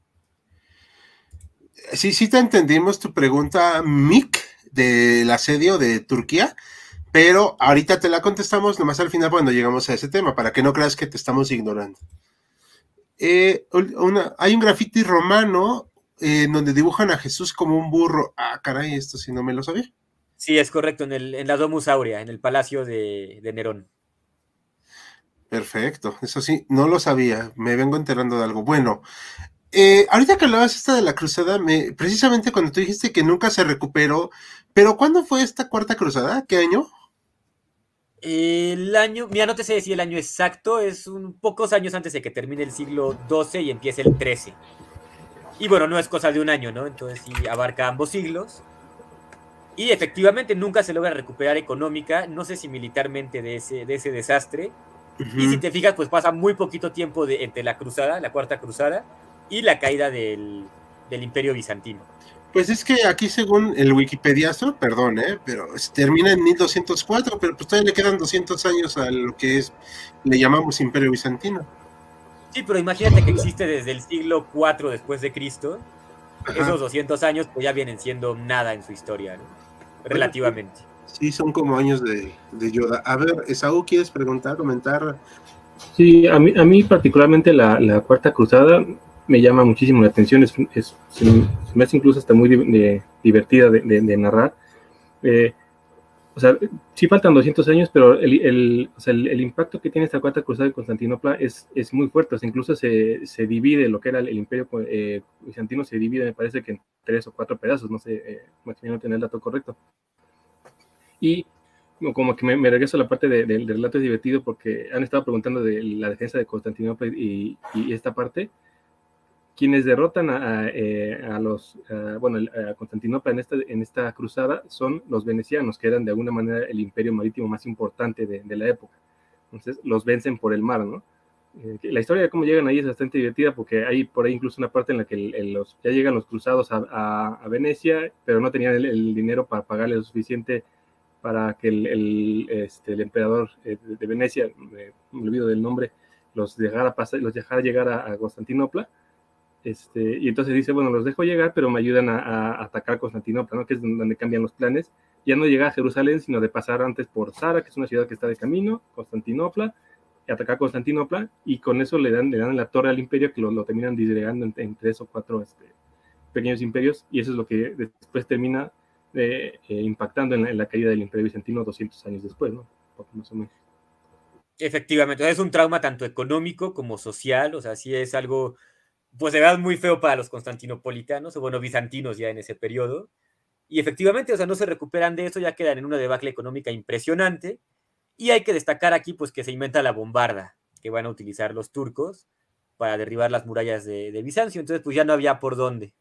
Sí te entendimos tu pregunta, Mick, del asedio de Turquía, pero ahorita te la contestamos nomás al final cuando llegamos a ese tema, para que no creas que te estamos ignorando. Hay un graffiti romano donde dibujan a Jesús como un burro. Ah, caray, esto sí no me lo sabía. Sí, es correcto, en la Domus Aurea, en el palacio de Nerón. Perfecto, eso sí, no lo sabía, me vengo enterando de algo. Bueno, ahorita que hablabas esta de la cruzada, precisamente cuando tú dijiste que nunca se recuperó, pero ¿cuándo fue esta cuarta cruzada? ¿Qué año? El año, mira, no te sé decir el año exacto, es pocos años antes de que termine el siglo XII y empiece el XIII. Y bueno, no es cosa de un año, ¿no? Entonces sí abarca ambos siglos. Y efectivamente nunca se logra recuperar económica, no sé si militarmente de ese desastre. Y si te fijas, pues pasa muy poquito tiempo entre la cruzada, la cuarta cruzada, y la caída del Imperio Bizantino. Pues es que aquí según el Wikipediazo, perdón, pero termina en 1204, pero pues todavía le quedan 200 años a lo que le llamamos Imperio Bizantino. Sí, pero imagínate que existe desde el siglo IV después de Cristo. Ajá. Esos 200 años pues ya vienen siendo nada en su historia, ¿no? Relativamente. Sí, son como años de Yoda. A ver, Esaú, ¿quieres preguntar, comentar? Sí, a mí particularmente la Cuarta Cruzada me llama muchísimo la atención, se me hace incluso hasta muy divertida de narrar. O sea, sí faltan 200 años, pero el impacto que tiene esta Cuarta Cruzada de Constantinopla es muy fuerte. O sea, incluso se divide lo que era el Imperio Bizantino, se divide, me parece que en 3 o 4 pedazos, no sé, no tener el dato correcto. Y como que me regreso a la parte del relato, es divertido porque han estado preguntando de la defensa de Constantinopla y esta parte. Quienes derrotan a Constantinopla en esta cruzada son los venecianos, que eran de alguna manera el imperio marítimo más importante de la época. Entonces los vencen por el mar, ¿no? La historia de cómo llegan ahí es bastante divertida porque hay por ahí incluso una parte en la que ya llegan los cruzados a Venecia, pero no tenían el dinero para pagarle lo suficiente para que el emperador de Venecia, me olvido del nombre, los dejara llegar a Constantinopla. Y entonces dice, bueno, los dejo llegar, pero me ayudan a atacar Constantinopla, ¿no? Que es donde cambian los planes. Ya no llegar a Jerusalén, sino de pasar antes por Zara, que es una ciudad que está de camino, Constantinopla, y atacar Constantinopla, y con eso le dan la torre al imperio, que lo terminan disgregando en 3 o 4 pequeños imperios, y eso es lo que después termina impactando en la caída del imperio bizantino 200 años después, ¿no? Más o menos. Efectivamente, es un trauma tanto económico como social, o sea, sí es algo pues de verdad muy feo para los constantinopolitanos, o bueno, bizantinos ya en ese periodo. Y efectivamente, o sea, no se recuperan de eso, ya quedan en una debacle económica impresionante. Y hay que destacar aquí, pues, que se inventa la bombarda que van a utilizar los turcos para derribar las murallas de Bizancio. Entonces, pues ya no había por dónde.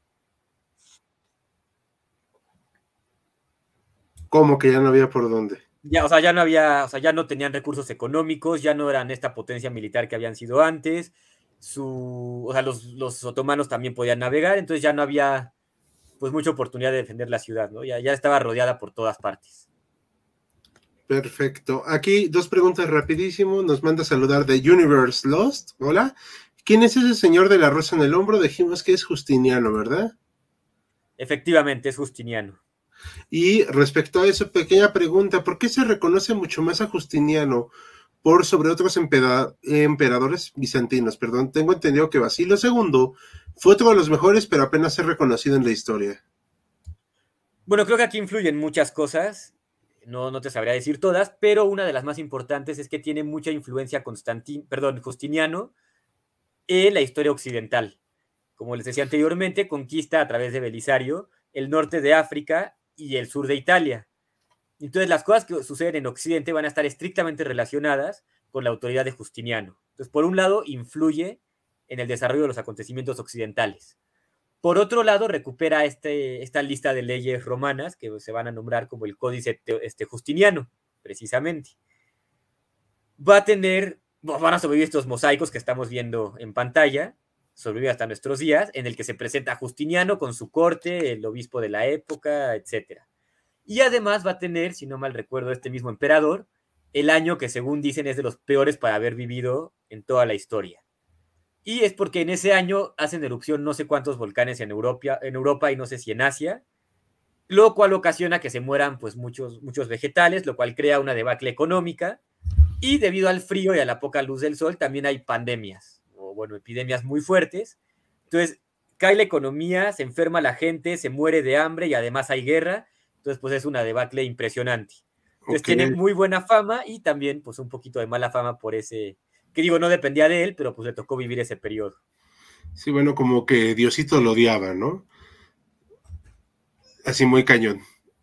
¿Cómo que ya no había por dónde? Ya, o sea, ya no había, o sea, ya no tenían recursos económicos, ya no eran esta potencia militar que habían sido antes. O sea, los otomanos también podían navegar, entonces ya no había pues mucha oportunidad de defender la ciudad, ¿no? Ya estaba rodeada por todas partes. Perfecto. Aquí 2 preguntas rapidísimo. Nos manda a saludar de Universe Lost. Hola. ¿Quién es ese señor de la rosa en el hombro? Dijimos que es Justiniano, ¿verdad? Efectivamente, es Justiniano. Y respecto a eso, pequeña pregunta, ¿por qué se reconoce mucho más a Justiniano por sobre otros emperadores bizantinos? Perdón, tengo entendido que Basilio II fue otro de los mejores, pero apenas es reconocido en la historia. Bueno, creo que aquí influyen muchas cosas. no te sabría decir todas, pero una de las más importantes es que tiene mucha influencia Justiniano en la historia occidental. Como les decía anteriormente, conquista a través de Belisario el norte de África y el sur de Italia. Entonces, las cosas que suceden en Occidente van a estar estrictamente relacionadas con la autoridad de Justiniano. Entonces, por un lado, influye en el desarrollo de los acontecimientos occidentales. Por otro lado, recupera esta lista de leyes romanas que se van a nombrar como el Códice Justiniano, precisamente. Van a sobrevivir estos mosaicos que estamos viendo en pantalla, sobrevive hasta nuestros días, en el que se presenta a Justiniano con su corte, el obispo de la época, etc. Y además va a tener, si no mal recuerdo, este mismo emperador, el año que según dicen es de los peores para haber vivido en toda la historia. Y es porque en ese año hacen erupción no sé cuántos volcanes en Europa y no sé si en Asia, lo cual ocasiona que se mueran pues muchos vegetales, lo cual crea una debacle económica, y debido al frío y a la poca luz del sol también hay pandemias, o bueno, epidemias muy fuertes. Entonces cae la economía, se enferma la gente, se muere de hambre y además hay guerra. Entonces pues es una debacle impresionante. Entonces tiene muy buena fama y también pues un poquito de mala fama por ese, que digo, no dependía de él, pero pues le tocó vivir ese periodo. Sí, bueno, como que Diosito lo odiaba, ¿no? Así muy cañón.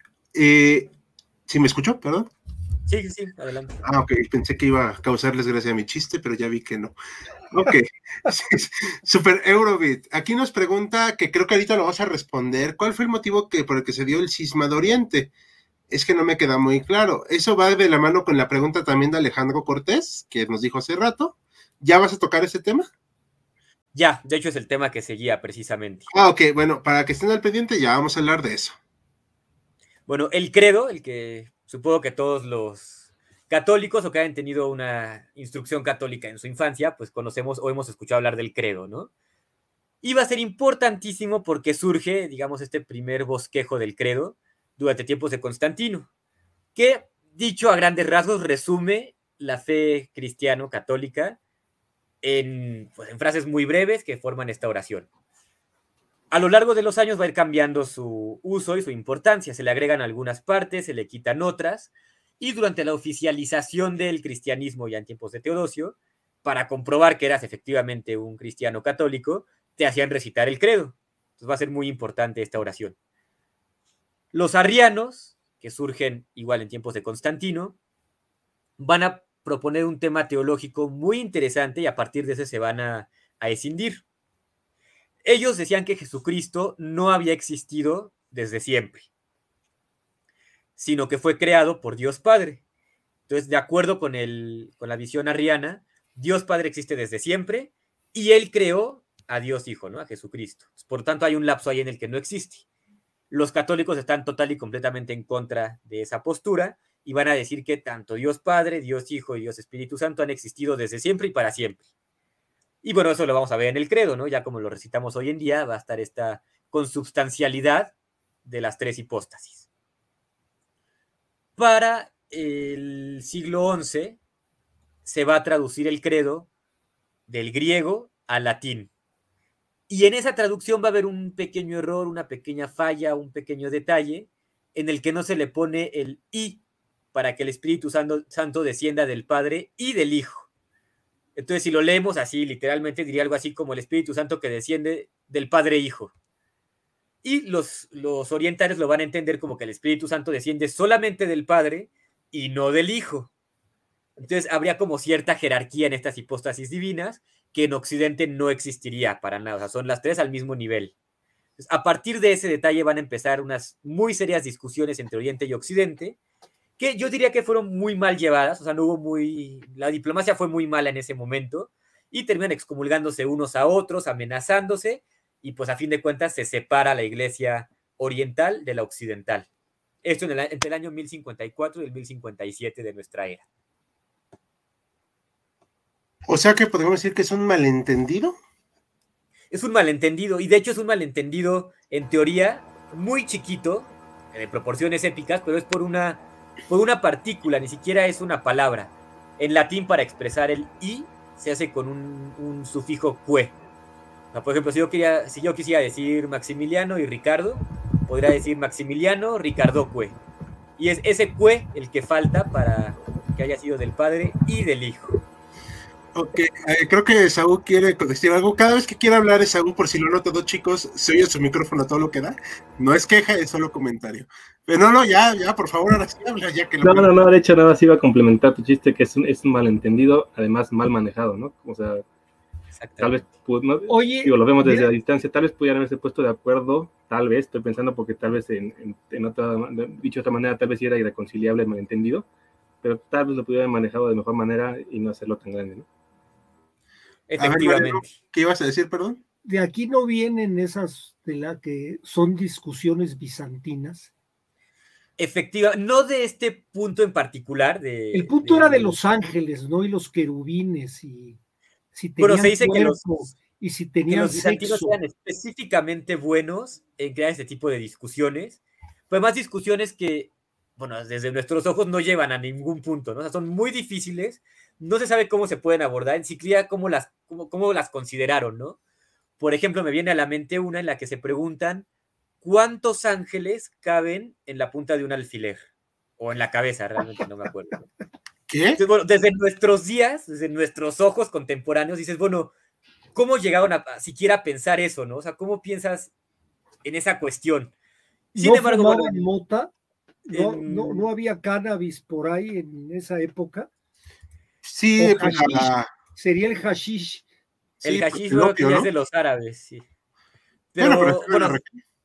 ¿Sí me escuchó? Perdón. Sí, adelante. Ok, pensé que iba a causarles gracia a mi chiste, pero ya vi que no. Ok, Super Eurobit. Aquí nos pregunta, que creo que ahorita lo vas a responder, ¿cuál fue el motivo por el que se dio el cisma de Oriente? Es que no me queda muy claro. Eso va de la mano con la pregunta también de Alejandro Cortés, que nos dijo hace rato. ¿Ya vas a tocar ese tema? Ya, de hecho es el tema que seguía precisamente. Ok, bueno, para que estén al pendiente ya vamos a hablar de eso. Bueno, el credo, el que supongo que todos los católicos o que hayan tenido una instrucción católica en su infancia, pues conocemos o hemos escuchado hablar del credo, ¿no? Y va a ser importantísimo porque surge, digamos, este primer bosquejo del credo durante tiempos de Constantino, que, dicho a grandes rasgos, resume la fe cristiano-católica en frases muy breves que forman esta oración. A lo largo de los años va a ir cambiando su uso y su importancia. Se le agregan algunas partes, se le quitan otras, y durante la oficialización del cristianismo ya en tiempos de Teodosio, para comprobar que eras efectivamente un cristiano católico, te hacían recitar el credo. Entonces va a ser muy importante esta oración. Los arrianos, que surgen igual en tiempos de Constantino, van a proponer un tema teológico muy interesante y a partir de ese se van a escindir. Ellos decían que Jesucristo no había existido desde siempre, sino que fue creado por Dios Padre. Entonces, de acuerdo con la visión arriana, Dios Padre existe desde siempre y Él creó a Dios Hijo, ¿no? A Jesucristo. Por tanto, hay un lapso ahí en el que no existe. Los católicos están total y completamente en contra de esa postura y van a decir que tanto Dios Padre, Dios Hijo y Dios Espíritu Santo han existido desde siempre y para siempre. Y bueno, eso lo vamos a ver en el credo, ¿no? Ya como lo recitamos hoy en día, va a estar esta consubstancialidad de las tres hipóstasis. Para el siglo XI se va a traducir el credo del griego al latín. Y en esa traducción va a haber un pequeño error, una pequeña falla, un pequeño detalle, en el que no se le pone el y para que el Espíritu Santo descienda del Padre y del Hijo. Entonces, si lo leemos así, literalmente diría algo así como el Espíritu Santo que desciende del Padre Hijo. Y los orientales lo van a entender como que el Espíritu Santo desciende solamente del Padre y no del Hijo. Entonces, habría como cierta jerarquía en estas hipóstasis divinas que en Occidente no existiría para nada. O sea, son las tres al mismo nivel. Entonces, a partir de ese detalle van a empezar unas muy serias discusiones entre Oriente y Occidente, que yo diría que fueron muy mal llevadas, o sea, la diplomacia fue muy mala en ese momento, y terminan excomulgándose unos a otros, amenazándose, y pues a fin de cuentas se separa la iglesia oriental de la occidental. Esto entre el año 1054 y el 1057 de nuestra era. O sea que podemos decir que es un malentendido. Es un malentendido, y de hecho es un malentendido, en teoría, muy chiquito, de proporciones épicas, pero es por una partícula, ni siquiera es una palabra. En latín, para expresar el i, se hace con un sufijo que. O sea, por ejemplo, si yo quisiera decir Maximiliano y Ricardo, podría decir Maximiliano Ricardo que. Y es ese cue el que falta para que haya sido del padre y del hijo. Ok, creo que Saúl quiere decir algo. Cada vez que quiera hablar Saúl, por si lo noto, dos chicos, se oye su micrófono a todo lo que da. No es queja, es solo comentario. Pero no, ya, por favor, ahora sí habla, ya que lo... No, de hecho, nada más iba a complementar tu chiste, que es un malentendido, además mal manejado, ¿no? O sea, tal vez, pues, no, Oye, digo, lo vemos desde mira, la distancia, tal vez pudieran haberse puesto de acuerdo, tal vez, estoy pensando porque tal vez en otra, dicho de otra manera, tal vez sí era irreconciliable el malentendido, pero tal vez lo pudieran haber manejado de mejor manera y no hacerlo tan grande, ¿no? Efectivamente. A ver, Mariano, ¿qué ibas a decir, perdón? de aquí no vienen esas de la que son discusiones bizantinas. Efectiva, no de este punto en particular. El punto era de los ángeles, ¿no? Y los querubines, y si Bueno, tenían se dice cuerpo, y si que tenían los bizantinos sexo. eran específicamente buenos en crear este tipo de discusiones. Pues más discusiones que, bueno, desde nuestros ojos no llevan a ningún punto, ¿no? O sea, son muy difíciles, no se sabe cómo se pueden abordar, en siquiera cómo las consideraron, ¿no? Por ejemplo, me viene a la mente una en la que se preguntan cuántos ángeles caben en la punta de un alfiler, o en la cabeza, realmente no me acuerdo. ¿Qué? Entonces, bueno, desde nuestros días, desde nuestros ojos contemporáneos, dices, bueno, ¿cómo llegaron a siquiera pensar eso, no? O sea, ¿cómo piensas en esa cuestión? Sin No embargo, bueno, fumaban mota, no había cannabis por ahí en esa época. Sí, O pues hashish, sería el hashish. el sí, pues, hashish, el bueno, que opio, ya ¿no? es de los árabes, sí. Bueno, pero Pero, bueno,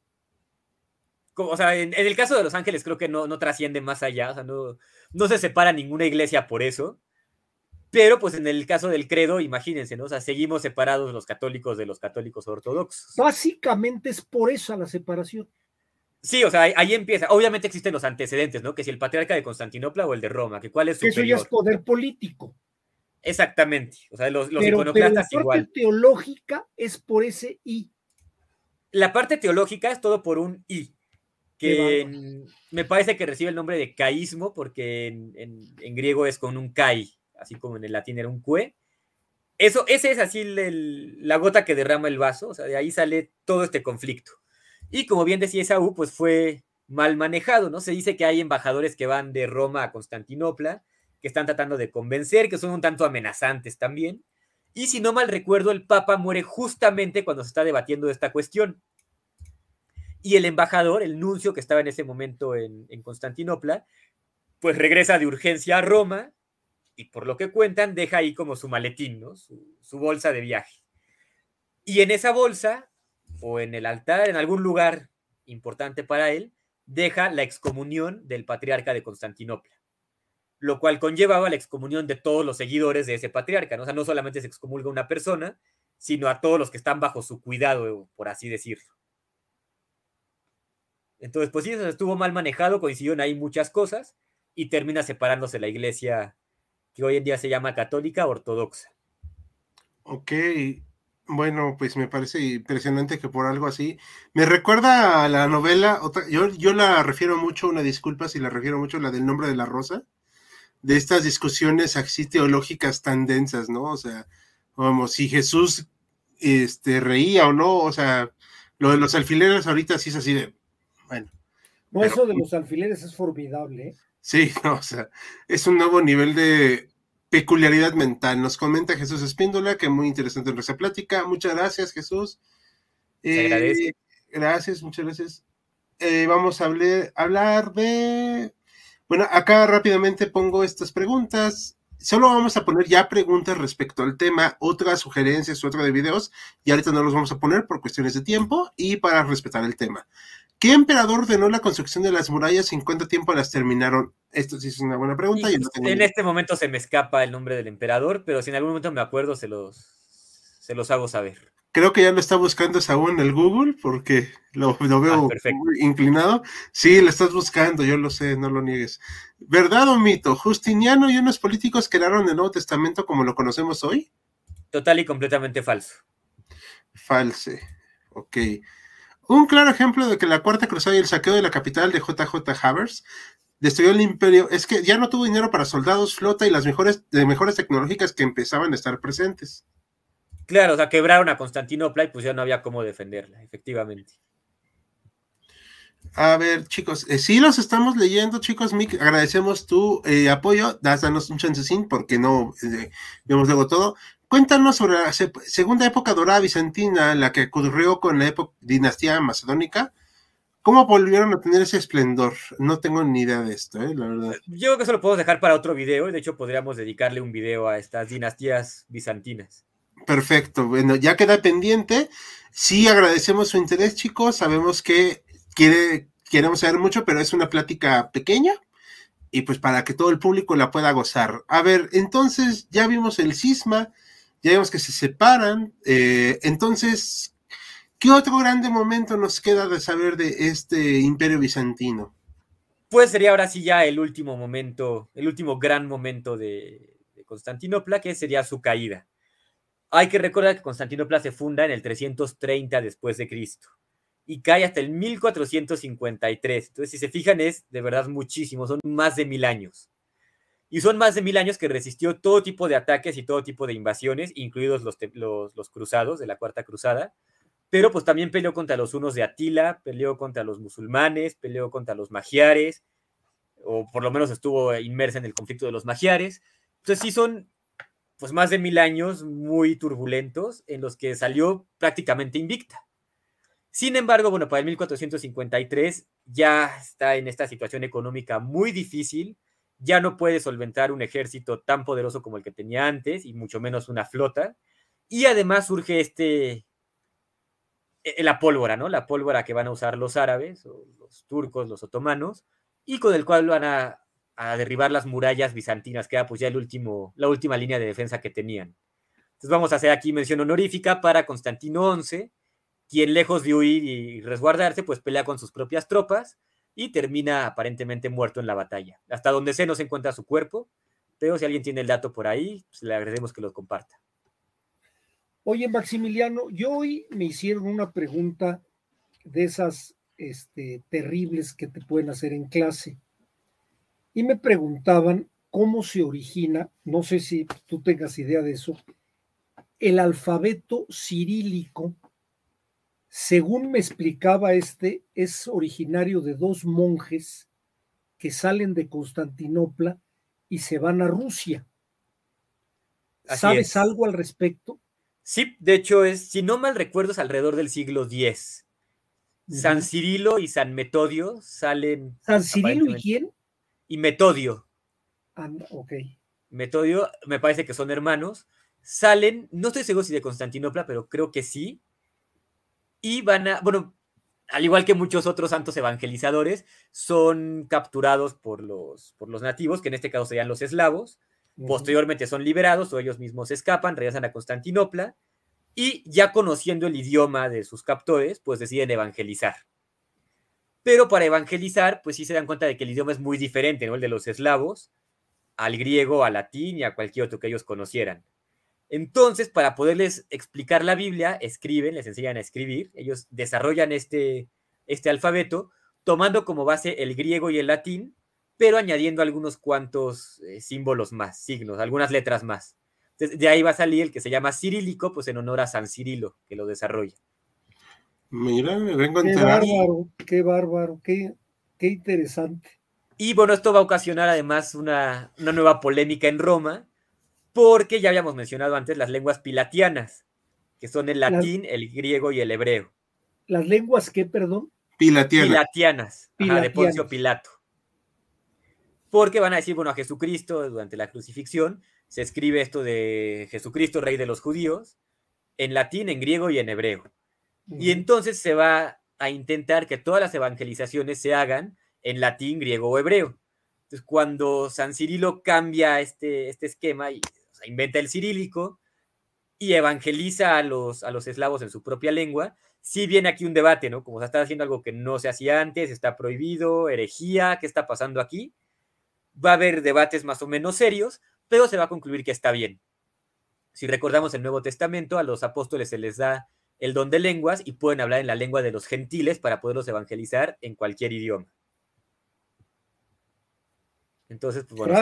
o sea, en el caso de Los Ángeles creo que no trasciende más allá, o sea, no se separa ninguna iglesia por eso. Pero pues en el caso del credo, imagínense, ¿no? O sea, seguimos separados los católicos de los católicos ortodoxos. Básicamente es por eso la separación. Sí, o sea, ahí empieza. Obviamente existen los antecedentes, ¿no? Que si el patriarca de Constantinopla o el de Roma, que cuál es Que eso ya es superior. poder político. Exactamente. O sea, los pero la iconoclastas parte igual. teológica es por ese I. La parte teológica es todo por un I, que me parece que recibe el nombre de caísmo, porque en griego es con un kai, así como en el latín era un cue. Ese es así la gota que derrama el vaso, o sea, de ahí sale todo este conflicto. Y como bien decía Esaú, pues fue mal manejado, ¿no? Se dice que hay embajadores que van de Roma a Constantinopla, que están tratando de convencer, que son un tanto amenazantes también. Y si no mal recuerdo, el Papa muere justamente cuando se está debatiendo esta cuestión. Y el embajador, el nuncio que estaba en ese momento en Constantinopla, pues regresa de urgencia a Roma y por lo que cuentan, deja ahí como su maletín, ¿no? Su bolsa de viaje. Y en esa bolsa, o en el altar, en algún lugar importante para él, deja la excomunión del patriarca de Constantinopla, lo cual conllevaba la excomunión de todos los seguidores de ese patriarca, ¿no? O sea, no solamente se excomulga a una persona, sino a todos los que están bajo su cuidado, por así decirlo. Entonces, pues sí, eso estuvo mal manejado, coincidieron ahí muchas cosas, y termina separándose la iglesia que hoy en día se llama católica ortodoxa. Ok, bueno, pues me parece impresionante que por algo así, me recuerda a la novela, yo la refiero mucho, una disculpa si la refiero mucho, la del Nombre de la Rosa, de estas discusiones así teológicas tan densas, ¿no? O sea, como si Jesús reía o no, o sea, lo de los alfileres ahorita sí es así de, bueno. No, Pero, eso de los alfileres es formidable, ¿eh? sí, no, o sea, es un nuevo nivel de peculiaridad mental. Nos comenta Jesús Espíndola, que muy interesante nuestra plática. Muchas gracias, Jesús. Se agradece. Gracias, muchas gracias. Vamos a hablar de... Bueno, acá rápidamente pongo estas preguntas. Solo vamos a poner ya preguntas respecto al tema, otras sugerencias, otra de videos, y ahorita no los vamos a poner por cuestiones de tiempo y para respetar el tema. ¿Qué emperador ordenó la construcción de las murallas y en cuánto tiempo las terminaron? Esto sí es una buena pregunta. Y en este momento se me escapa el nombre del emperador, pero si en algún momento me acuerdo, se los hago saber. Creo que ya lo está buscando Saúl en el Google porque lo veo muy inclinado. Sí, lo estás buscando, yo lo sé, no lo niegues. ¿Verdad o mito? ¿Justiniano y unos políticos crearon el Nuevo Testamento como lo conocemos hoy? Total y completamente falso. False. Ok. Un claro ejemplo de que la Cuarta Cruzada y el saqueo de la capital de J.J. Havers destruyó el imperio es que ya no tuvo dinero para soldados, flota y las mejores tecnológicas que empezaban a estar presentes. Claro, o sea, quebraron a Constantinopla y pues ya no había cómo defenderla, efectivamente. A ver, chicos, sí los estamos leyendo, chicos. Mick, agradecemos tu apoyo. Danos un chancecín porque no vemos luego todo. Cuéntanos sobre la segunda época dorada bizantina, la que ocurrió con la dinastía macedónica. ¿Cómo volvieron a tener ese esplendor? No tengo ni idea de esto, la verdad. Yo creo que eso lo podemos dejar para otro video. De hecho, podríamos dedicarle un video a estas dinastías bizantinas. Perfecto. Bueno, ya queda pendiente. Sí, agradecemos su interés, chicos. Sabemos que queremos saber mucho, pero es una plática pequeña. Y pues para que todo el público la pueda gozar. A ver, entonces ya vimos el cisma, ya vimos que se separan. Entonces, ¿qué otro grande momento nos queda de saber de este imperio bizantino? Pues sería ahora sí ya el último momento, el último gran momento de Constantinopla, que sería su caída. Hay que recordar que Constantinopla se funda en el 330 después de Cristo y cae hasta el 1453. Entonces, si se fijan, es de verdad muchísimo, son más de 1000 años. Y son más de 1000 años que resistió todo tipo de ataques y todo tipo de invasiones, incluidos los cruzados de la Cuarta Cruzada, pero pues también peleó contra los hunos de Atila, peleó contra los musulmanes, peleó contra los magiares, o por lo menos estuvo inmersa en el conflicto de los magiares. Entonces sí son pues más de 1000 años muy turbulentos en los que salió prácticamente invicta. Sin embargo, bueno, para el 1453 ya está en esta situación económica muy difícil, ya no puede solventar un ejército tan poderoso como el que tenía antes, y mucho menos una flota, y además surge la pólvora, ¿no? La pólvora que van a usar los árabes, o los turcos, los otomanos, y con el cual van a derribar las murallas bizantinas, que era pues ya la última línea de defensa que tenían. Entonces vamos a hacer aquí mención honorífica para Constantino XI, quien lejos de huir y resguardarse, pues pelea con sus propias tropas y termina aparentemente muerto en la batalla. Hasta donde no se encuentra su cuerpo, pero si alguien tiene el dato por ahí, pues le agradecemos que lo comparta. Oye, Maximiliano, yo hoy me hicieron una pregunta de esas terribles que te pueden hacer en clase y me preguntaban cómo se origina, no sé si tú tengas idea de eso, el alfabeto cirílico. Según me explicaba es originario de dos monjes que salen de Constantinopla y se van a Rusia. ¿Sabes algo al respecto? Sí, de hecho si no mal recuerdo, es alrededor del siglo X. San Cirilo y San Metodio salen. ¿San Cirilo y quién? Y Metodio. Ok. Metodio, me parece que son hermanos. Salen, no estoy seguro si de Constantinopla, pero creo que sí. Y bueno, al igual que muchos otros santos evangelizadores, son capturados por los nativos, que en este caso serían los eslavos. Posteriormente son liberados o ellos mismos escapan, regresan a Constantinopla y ya conociendo el idioma de sus captores, pues deciden evangelizar. Pero para evangelizar, pues sí se dan cuenta de que el idioma es muy diferente, ¿no? El de los eslavos, al griego, al latín y a cualquier otro que ellos conocieran. Entonces, para poderles explicar la Biblia, les enseñan a escribir, ellos desarrollan este alfabeto, tomando como base el griego y el latín, pero añadiendo algunos cuantos símbolos más, signos, algunas letras más. Entonces, de ahí va a salir el que se llama cirílico, pues en honor a San Cirilo, que lo desarrolla. Mira, me vengo a enterar. Qué bárbaro, qué interesante. Y bueno, esto va a ocasionar además una nueva polémica en Roma, porque ya habíamos mencionado antes las lenguas pilatianas, que son el latín, el griego y el hebreo. ¿Las lenguas qué, perdón? Pilatianas. Ajá, de Poncio Pilato. Porque van a decir, bueno, a Jesucristo, durante la crucifixión, se escribe esto de Jesucristo, rey de los judíos, en latín, en griego y en hebreo. Y entonces se va a intentar que todas las evangelizaciones se hagan en latín, griego o hebreo. Entonces, cuando San Cirilo cambia este esquema y inventa el cirílico y evangeliza a los eslavos en su propia lengua, sí viene aquí un debate, ¿no? Como se está haciendo algo que no se hacía antes, está prohibido, herejía, ¿qué está pasando aquí? Va a haber debates más o menos serios, pero se va a concluir que está bien. Si recordamos el Nuevo Testamento, a los apóstoles se les da el don de lenguas y pueden hablar en la lengua de los gentiles para poderlos evangelizar en cualquier idioma. Entonces, pues bueno.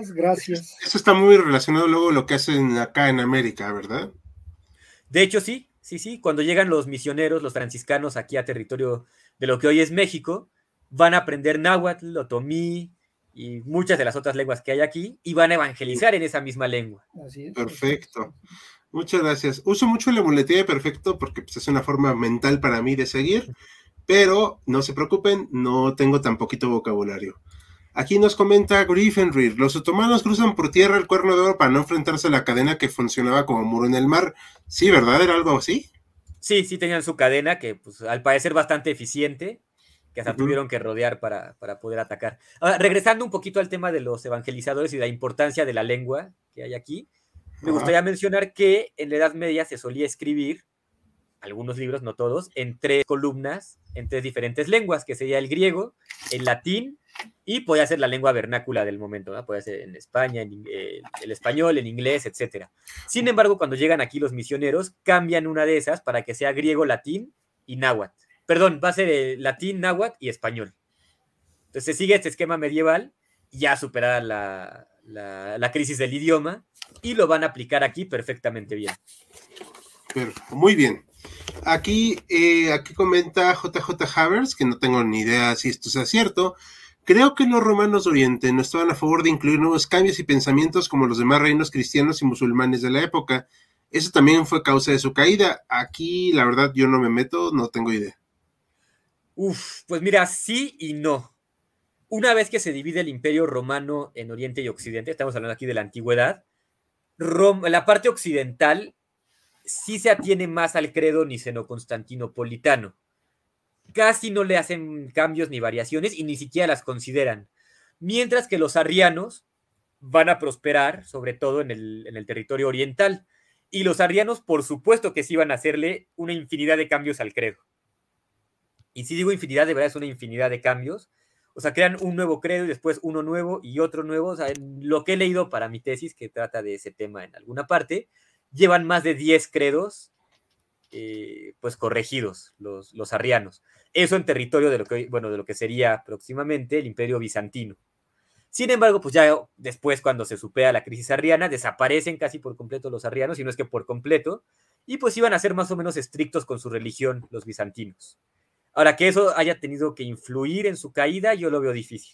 Gracias. Eso está muy relacionado luego a lo que hacen acá en América, ¿verdad? De hecho, sí. Sí, cuando llegan los misioneros, los franciscanos aquí a territorio de lo que hoy es México, van a aprender náhuatl, otomí y muchas de las otras lenguas que hay aquí y van a evangelizar en esa misma lengua. Así es. Perfecto. Muchas gracias. Uso mucho la muletilla de perfecto porque pues, es una forma mental para mí de seguir, pero no se preocupen, no tengo tan poquito vocabulario. Aquí nos comenta Griffenreed, los otomanos cruzan por tierra el Cuerno de Oro para no enfrentarse a la cadena que funcionaba como muro en el mar. Sí, ¿verdad? ¿Era algo así? Sí, tenían su cadena que pues, al parecer bastante eficiente, que hasta tuvieron que rodear para poder atacar. Ahora, regresando un poquito al tema de los evangelizadores y la importancia de la lengua que hay aquí, me gustaría mencionar que en la Edad Media se solía escribir, algunos libros, no todos, en 3 columnas, en 3 diferentes lenguas, que sería el griego, el latín y podía ser la lengua vernácula del momento, ¿no? Puede ser en España, el español, en inglés, etc. Sin embargo, cuando llegan aquí los misioneros, cambian una de esas para que sea griego, latín y náhuatl. Perdón, va a ser latín, náhuatl y español. Entonces se sigue este esquema medieval, ya superada la crisis del idioma, y lo van a aplicar aquí perfectamente bien. Muy bien. Aquí comenta JJ Havers, que no tengo ni idea si esto sea cierto. Creo que los romanos de Oriente no estaban a favor de incluir nuevos cambios y pensamientos como los demás reinos cristianos y musulmanes de la época. Eso también fue causa de su caída. Aquí, la verdad, yo no me meto, no tengo idea. Pues mira, sí y no. Una vez que se divide el Imperio Romano en Oriente y Occidente, estamos hablando aquí de la antigüedad, la parte occidental sí se atiene más al credo niceno-constantinopolitano. Casi no le hacen cambios ni variaciones y ni siquiera las consideran. Mientras que los arrianos van a prosperar, sobre todo en el territorio oriental. Y los arrianos, por supuesto que sí van a hacerle una infinidad de cambios al credo. Y si digo infinidad, de verdad es una infinidad de cambios. O sea, crean un nuevo credo y después uno nuevo y otro nuevo. O sea, en lo que he leído para mi tesis, que trata de ese tema en alguna parte, llevan más de 10 credos pues corregidos los arrianos. Eso en territorio de lo que sería próximamente el Imperio Bizantino. Sin embargo, pues ya después, cuando se supera la crisis arriana, desaparecen casi por completo los arrianos, y no es que por completo, y pues iban a ser más o menos estrictos con su religión los bizantinos. Ahora, que eso haya tenido que influir en su caída, yo lo veo difícil.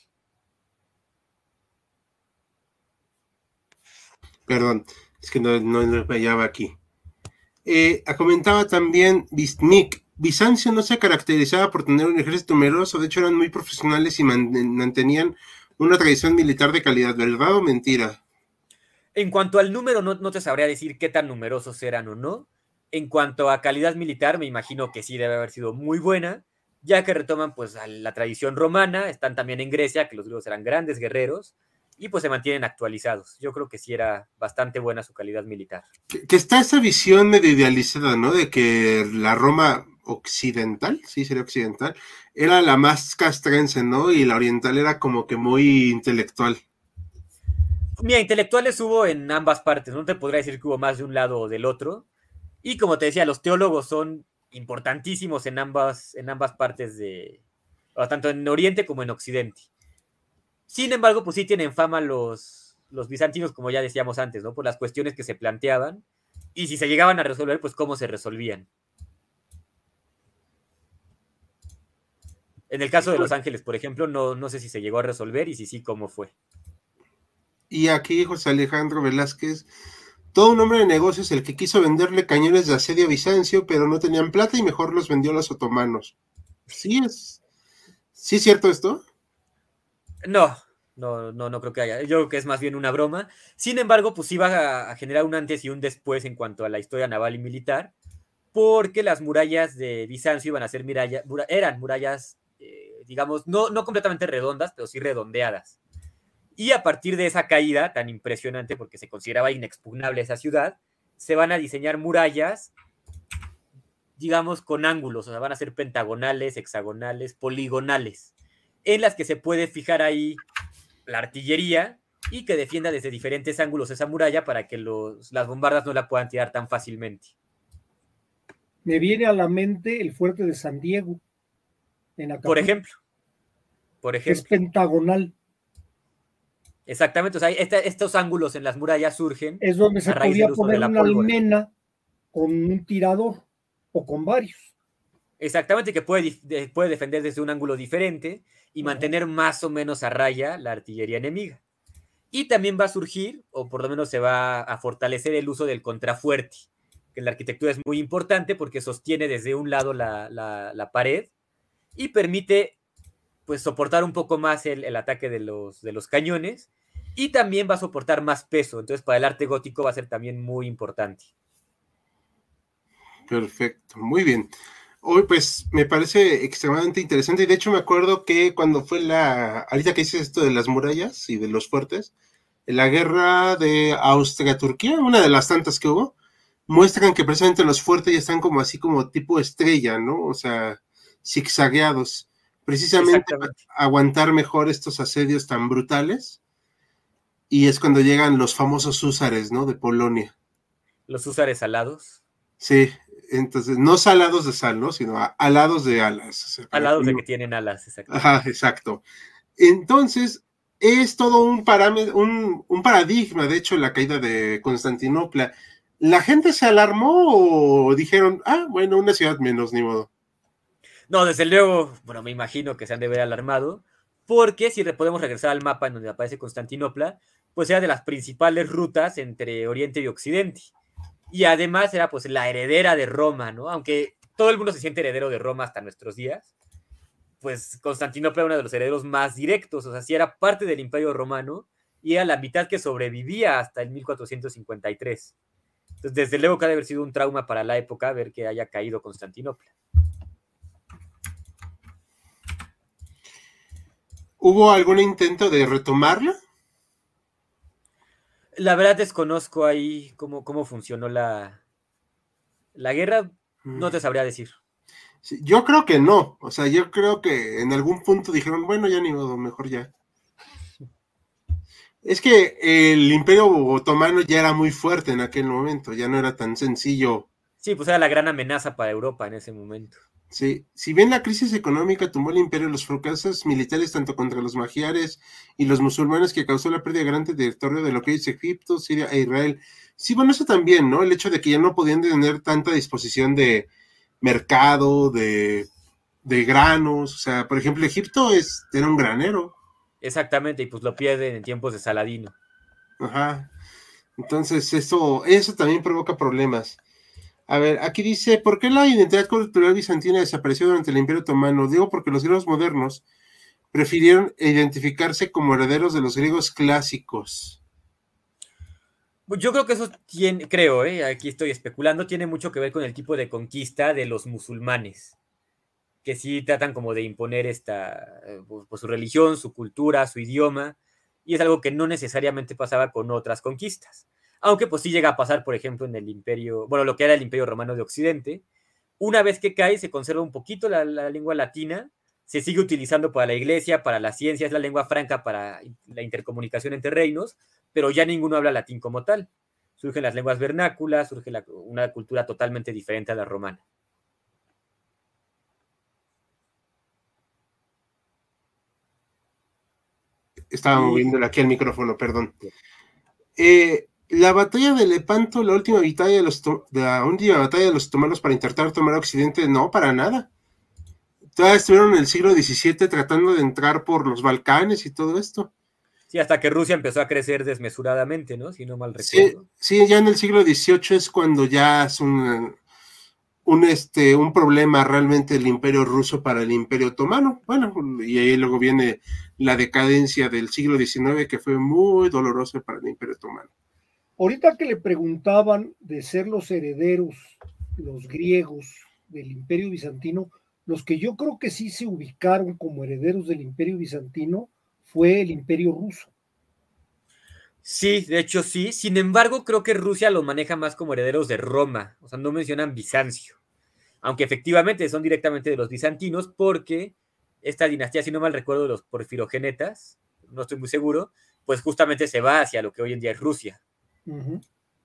Perdón, es que no hallaba aquí. Comentaba también Nick, Bizancio no se caracterizaba por tener un ejército numeroso, de hecho eran muy profesionales y mantenían una tradición militar de calidad, ¿verdad o mentira? En cuanto al número, no te sabría decir qué tan numerosos eran o no. En cuanto a calidad militar, me imagino que sí debe haber sido muy buena, ya que retoman pues a la tradición romana, están también en Grecia, que los griegos eran grandes guerreros, y pues se mantienen actualizados. Yo creo que sí era bastante buena su calidad militar. Que está esa visión medio idealizada, ¿no? De que la Roma occidental, sí, sería occidental, era la más castrense, ¿no? Y la oriental era como que muy intelectual. Mira, intelectuales hubo en ambas partes, no te podría decir que hubo más de un lado o del otro. Y como te decía, los teólogos son importantísimos en ambas partes tanto en Oriente como en Occidente. Sin embargo, pues sí tienen fama los bizantinos, como ya decíamos antes, ¿no? Por las cuestiones que se planteaban y si se llegaban a resolver, pues cómo se resolvían. En el caso de Los Ángeles, por ejemplo, no sé si se llegó a resolver y si sí, cómo fue. Y aquí José Alejandro Velázquez, todo un hombre de negocios el que quiso venderle cañones de asedio a Bizancio, pero no tenían plata y mejor los vendió a los otomanos. ¿Sí es cierto esto? No creo que haya. Yo creo que es más bien una broma. Sin embargo, pues sí va a generar un antes y un después en cuanto a la historia naval y militar, porque las murallas de Bizancio iban a ser eran murallas, digamos, no completamente redondas, pero sí redondeadas. Y a partir de esa caída tan impresionante, porque se consideraba inexpugnable esa ciudad, se van a diseñar murallas, digamos, con ángulos, o sea, van a ser pentagonales, hexagonales, poligonales, en las que se puede fijar ahí la artillería y que defienda desde diferentes ángulos esa muralla para que las bombardas no la puedan tirar tan fácilmente. Me viene a la mente el fuerte de San Diego, en Acapulco. Por ejemplo. Es pentagonal. Exactamente, o sea, estos ángulos en las murallas surgen. Es donde se podía poner una almena con un tirador. o con varios. Exactamente, que puede defender desde un ángulo diferente y mantener más o menos a raya la artillería enemiga. Y también va a surgir, o por lo menos se va a fortalecer el uso del contrafuerte, que en la arquitectura es muy importante porque sostiene desde un lado la pared y permite pues soportar un poco más el ataque de los cañones, y también va a soportar más peso. Entonces para el arte gótico va a ser también muy importante. Perfecto, muy bien. Hoy pues me parece extremadamente interesante, y de hecho me acuerdo que cuando fue ahorita que dices esto de las murallas y de los fuertes, en la guerra de Austria-Turquía, una de las tantas que hubo, muestran que precisamente los fuertes ya están como así como tipo estrella, ¿no? O sea, zigzagueados, precisamente para aguantar mejor estos asedios tan brutales, y es cuando llegan los famosos húsares, ¿no? De Polonia. Los húsares alados. Sí, entonces, no salados de sal, ¿no? Sino alados de alas. O sea, alados de que tienen alas, exacto. Ajá, exacto. Entonces, es todo un paradigma, de hecho, la caída de Constantinopla. ¿La gente se alarmó o dijeron, bueno, una ciudad menos, ni modo? No, desde luego, bueno, me imagino que se han de ver alarmado, porque si podemos regresar al mapa en donde aparece Constantinopla, pues era de las principales rutas entre Oriente y Occidente. Y además era pues la heredera de Roma, ¿no? Aunque todo el mundo se siente heredero de Roma hasta nuestros días, pues Constantinopla era uno de los herederos más directos, o sea, sí era parte del Imperio Romano y era la mitad que sobrevivía hasta el 1453. Entonces, desde luego que ha de haber sido un trauma para la época ver que haya caído Constantinopla. ¿Hubo algún intento de retomarla? La verdad desconozco ahí cómo funcionó la guerra, no te sabría decir. Sí, yo creo que no, o sea, yo creo que en algún punto dijeron, bueno, ya ni modo, mejor ya. Es que el Imperio Otomano ya era muy fuerte en aquel momento, ya no era tan sencillo. Sí, pues era la gran amenaza para Europa en ese momento. Sí, si bien la crisis económica tumbó el imperio, los fracasos militares tanto contra los magiares y los musulmanes que causó la pérdida grande de territorio de lo que es Egipto, Siria e Israel. Sí, bueno, eso también, ¿no? El hecho de que ya no podían tener tanta disposición de mercado, de granos, o sea, por ejemplo, Egipto era un granero. Exactamente, y pues lo pierden en tiempos de Saladino. Ajá, entonces eso también provoca problemas. A ver, aquí dice, ¿por qué la identidad cultural bizantina desapareció durante el Imperio Otomano? Digo porque los griegos modernos prefirieron identificarse como herederos de los griegos clásicos. Yo creo que eso aquí estoy especulando, tiene mucho que ver con el tipo de conquista de los musulmanes, que sí tratan como de imponer pues, su religión, su cultura, su idioma, y es algo que no necesariamente pasaba con otras conquistas. Aunque pues sí llega a pasar, por ejemplo, en el imperio, bueno, lo que era el Imperio Romano de Occidente. Una vez que cae, se conserva un poquito la lengua latina, se sigue utilizando para la iglesia, para la ciencia, es la lengua franca para la intercomunicación entre reinos, pero ya ninguno habla latín como tal. Surgen las lenguas vernáculas, surge una cultura totalmente diferente a la romana. Estaba moviéndole aquí el micrófono, perdón. La batalla de Lepanto, la última batalla de los otomanos para intentar tomar Occidente, no, para nada. Todavía estuvieron en el siglo XVII tratando de entrar por los Balcanes y todo esto. Sí, hasta que Rusia empezó a crecer desmesuradamente, ¿no? Si no mal recuerdo. Sí, ya en el siglo XVIII es cuando ya es un problema realmente el Imperio ruso para el Imperio otomano. Bueno, y ahí luego viene la decadencia del siglo XIX, que fue muy dolorosa para el Imperio otomano. Ahorita que le preguntaban de ser los herederos, los griegos del Imperio bizantino, los que yo creo que sí se ubicaron como herederos del Imperio bizantino fue el Imperio ruso. Sí, de hecho sí. Sin embargo, creo que Rusia los maneja más como herederos de Roma. O sea, no mencionan Bizancio. Aunque efectivamente son directamente de los bizantinos, porque esta dinastía, si no mal recuerdo, de los porfirogenetas, no estoy muy seguro, pues justamente se va hacia lo que hoy en día es Rusia. Uh-huh.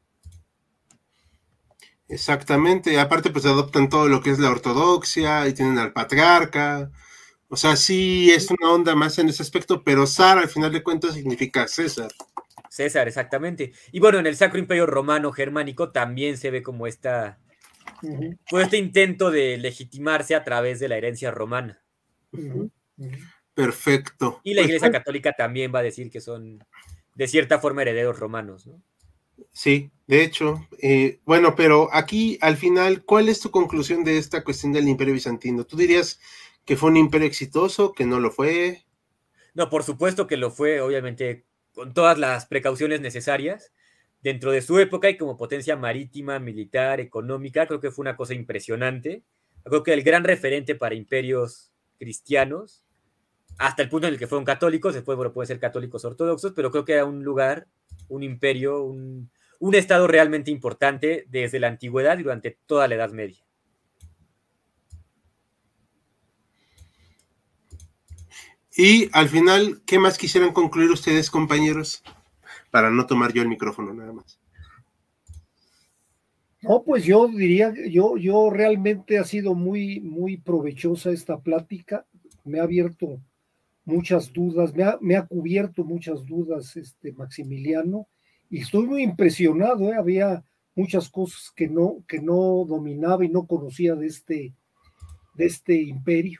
Exactamente, aparte pues adoptan todo lo que es la ortodoxia y tienen al patriarca, o sea, sí es una onda más en ese aspecto, pero zar al final de cuentas significa César. César, exactamente. Y bueno, en el Sacro Imperio Romano Germánico también se ve como esta Fue este intento de legitimarse a través de la herencia romana. Perfecto. Y la Iglesia Católica también va a decir que son, de cierta forma, herederos romanos, ¿no? Sí, de hecho. Bueno, pero aquí, al final, ¿cuál es tu conclusión de esta cuestión del Imperio Bizantino? ¿Tú dirías que fue un imperio exitoso, que no lo fue? No, por supuesto que lo fue, obviamente, con todas las precauciones necesarias. Dentro de su época y como potencia marítima, militar, económica, creo que fue una cosa impresionante. Creo que el gran referente para imperios cristianos, hasta el punto en el que fueron católicos, después bueno, pueden ser católicos ortodoxos, pero creo que era un lugar, un imperio, un estado realmente importante desde la antigüedad y durante toda la Edad Media. Y al final, ¿qué más quisieran concluir ustedes, compañeros? Para no tomar yo el micrófono nada más. No, pues yo diría, yo realmente ha sido muy, muy provechosa esta plática, me ha abierto muchas dudas, me ha cubierto muchas dudas Maximiliano, y estoy muy impresionado, había muchas cosas que no dominaba y no conocía de este imperio.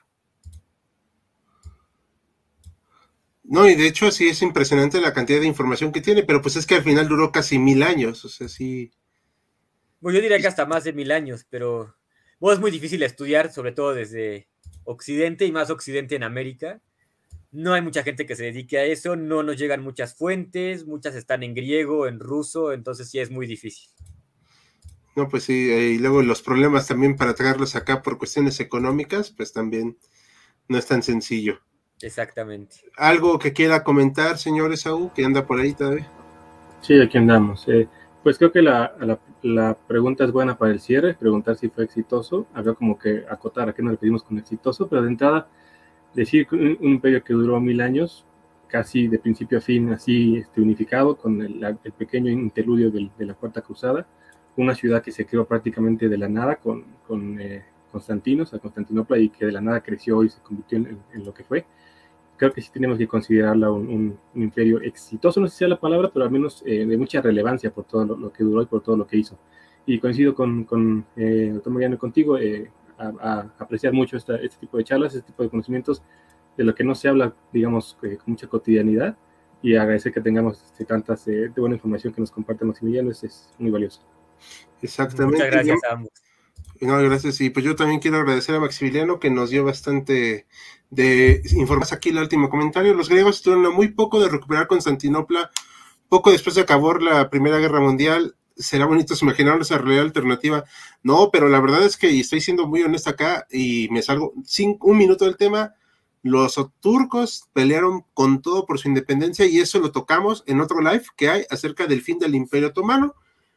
No, y de hecho sí es impresionante la cantidad de información que tiene, pero pues es que al final duró casi 1000 años, o sea, sí. Bueno, yo diría que hasta más de 1000 años, pero bueno, es muy difícil estudiar, sobre todo desde Occidente y más Occidente en América. No hay mucha gente que se dedique a eso, no nos llegan muchas fuentes, muchas están en griego, en ruso, entonces sí es muy difícil. No, pues sí, y luego los problemas también para traerlos acá por cuestiones económicas, pues también no es tan sencillo. Exactamente. ¿Algo que quiera comentar, señor Esaú, que anda por ahí todavía? Sí, aquí andamos. Pues creo que la pregunta es buena para el cierre, preguntar si fue exitoso. Habría como que acotar a qué nos referimos con exitoso, pero de entrada, decir que un imperio que duró 1000 años, casi de principio a fin, así unificado, con el pequeño interludio de la Cuarta Cruzada, una ciudad que se creó prácticamente de la nada con Constantino, o sea, Constantinopla, y que de la nada creció y se convirtió en lo que fue. Creo que sí tenemos que considerarla un imperio exitoso, no sé si sea la palabra, pero al menos de mucha relevancia por todo lo que duró y por todo lo que hizo. Y coincido con doctor Mariano, contigo, a apreciar mucho este tipo de charlas, este tipo de conocimientos, de lo que no se habla, digamos, con mucha cotidianidad, y agradecer que tengamos tantas de buena información que nos comparte Maximiliano, es muy valioso. Exactamente. Muchas gracias a ambos. No, gracias. Y pues yo también quiero agradecer a Maximiliano que nos dio bastante de información. Aquí el último comentario. Los griegos estuvieron muy poco de recuperar Constantinopla. Poco después de acabar la Primera Guerra Mundial. Será bonito imaginar esa realidad alternativa. No, pero la verdad es que, y estoy siendo muy honesto acá, y me salgo un minuto del tema, los turcos pelearon con todo por su independencia, y eso lo tocamos en otro live que hay acerca del fin del Imperio Otomano.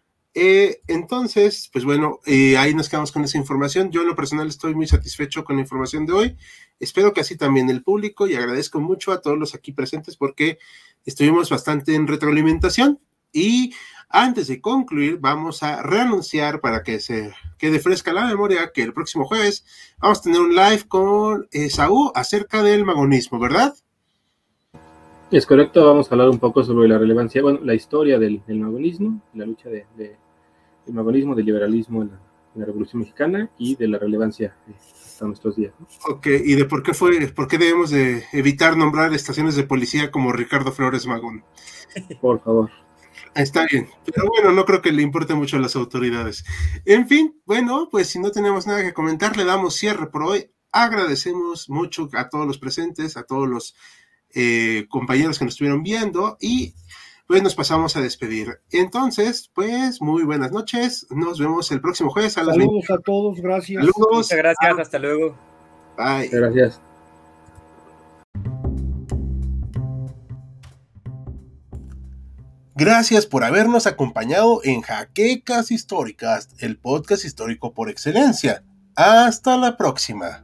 Entonces, pues bueno, ahí nos quedamos con esa información. Yo en lo personal estoy muy satisfecho con la información de hoy. Espero que así también el público, y agradezco mucho a todos los aquí presentes porque estuvimos bastante en retroalimentación. Y antes de concluir, vamos a reanunciar para que se quede fresca la memoria que el próximo jueves vamos a tener un live con Esaú acerca del magonismo, ¿verdad? Es correcto, vamos a hablar un poco sobre la relevancia, bueno, la historia del magonismo, la lucha del magonismo, del liberalismo en la Revolución Mexicana y de la relevancia hasta nuestros días. Ok, y de por qué debemos de evitar nombrar estaciones de policía como Ricardo Flores Magón. Por favor. Está bien, pero bueno, no creo que le importe mucho a las autoridades. En fin, bueno, pues si no tenemos nada que comentar, le damos cierre por hoy. Agradecemos mucho a todos los presentes, a todos los compañeros que nos estuvieron viendo, y pues nos pasamos a despedir. Entonces, pues muy buenas noches, nos vemos el próximo jueves a las 20. Saludos a todos, gracias. Saludos. Muchas gracias, hasta luego. Bye. Gracias. Gracias por habernos acompañado en Jaquecas Históricas, el podcast histórico por excelencia. Hasta la próxima.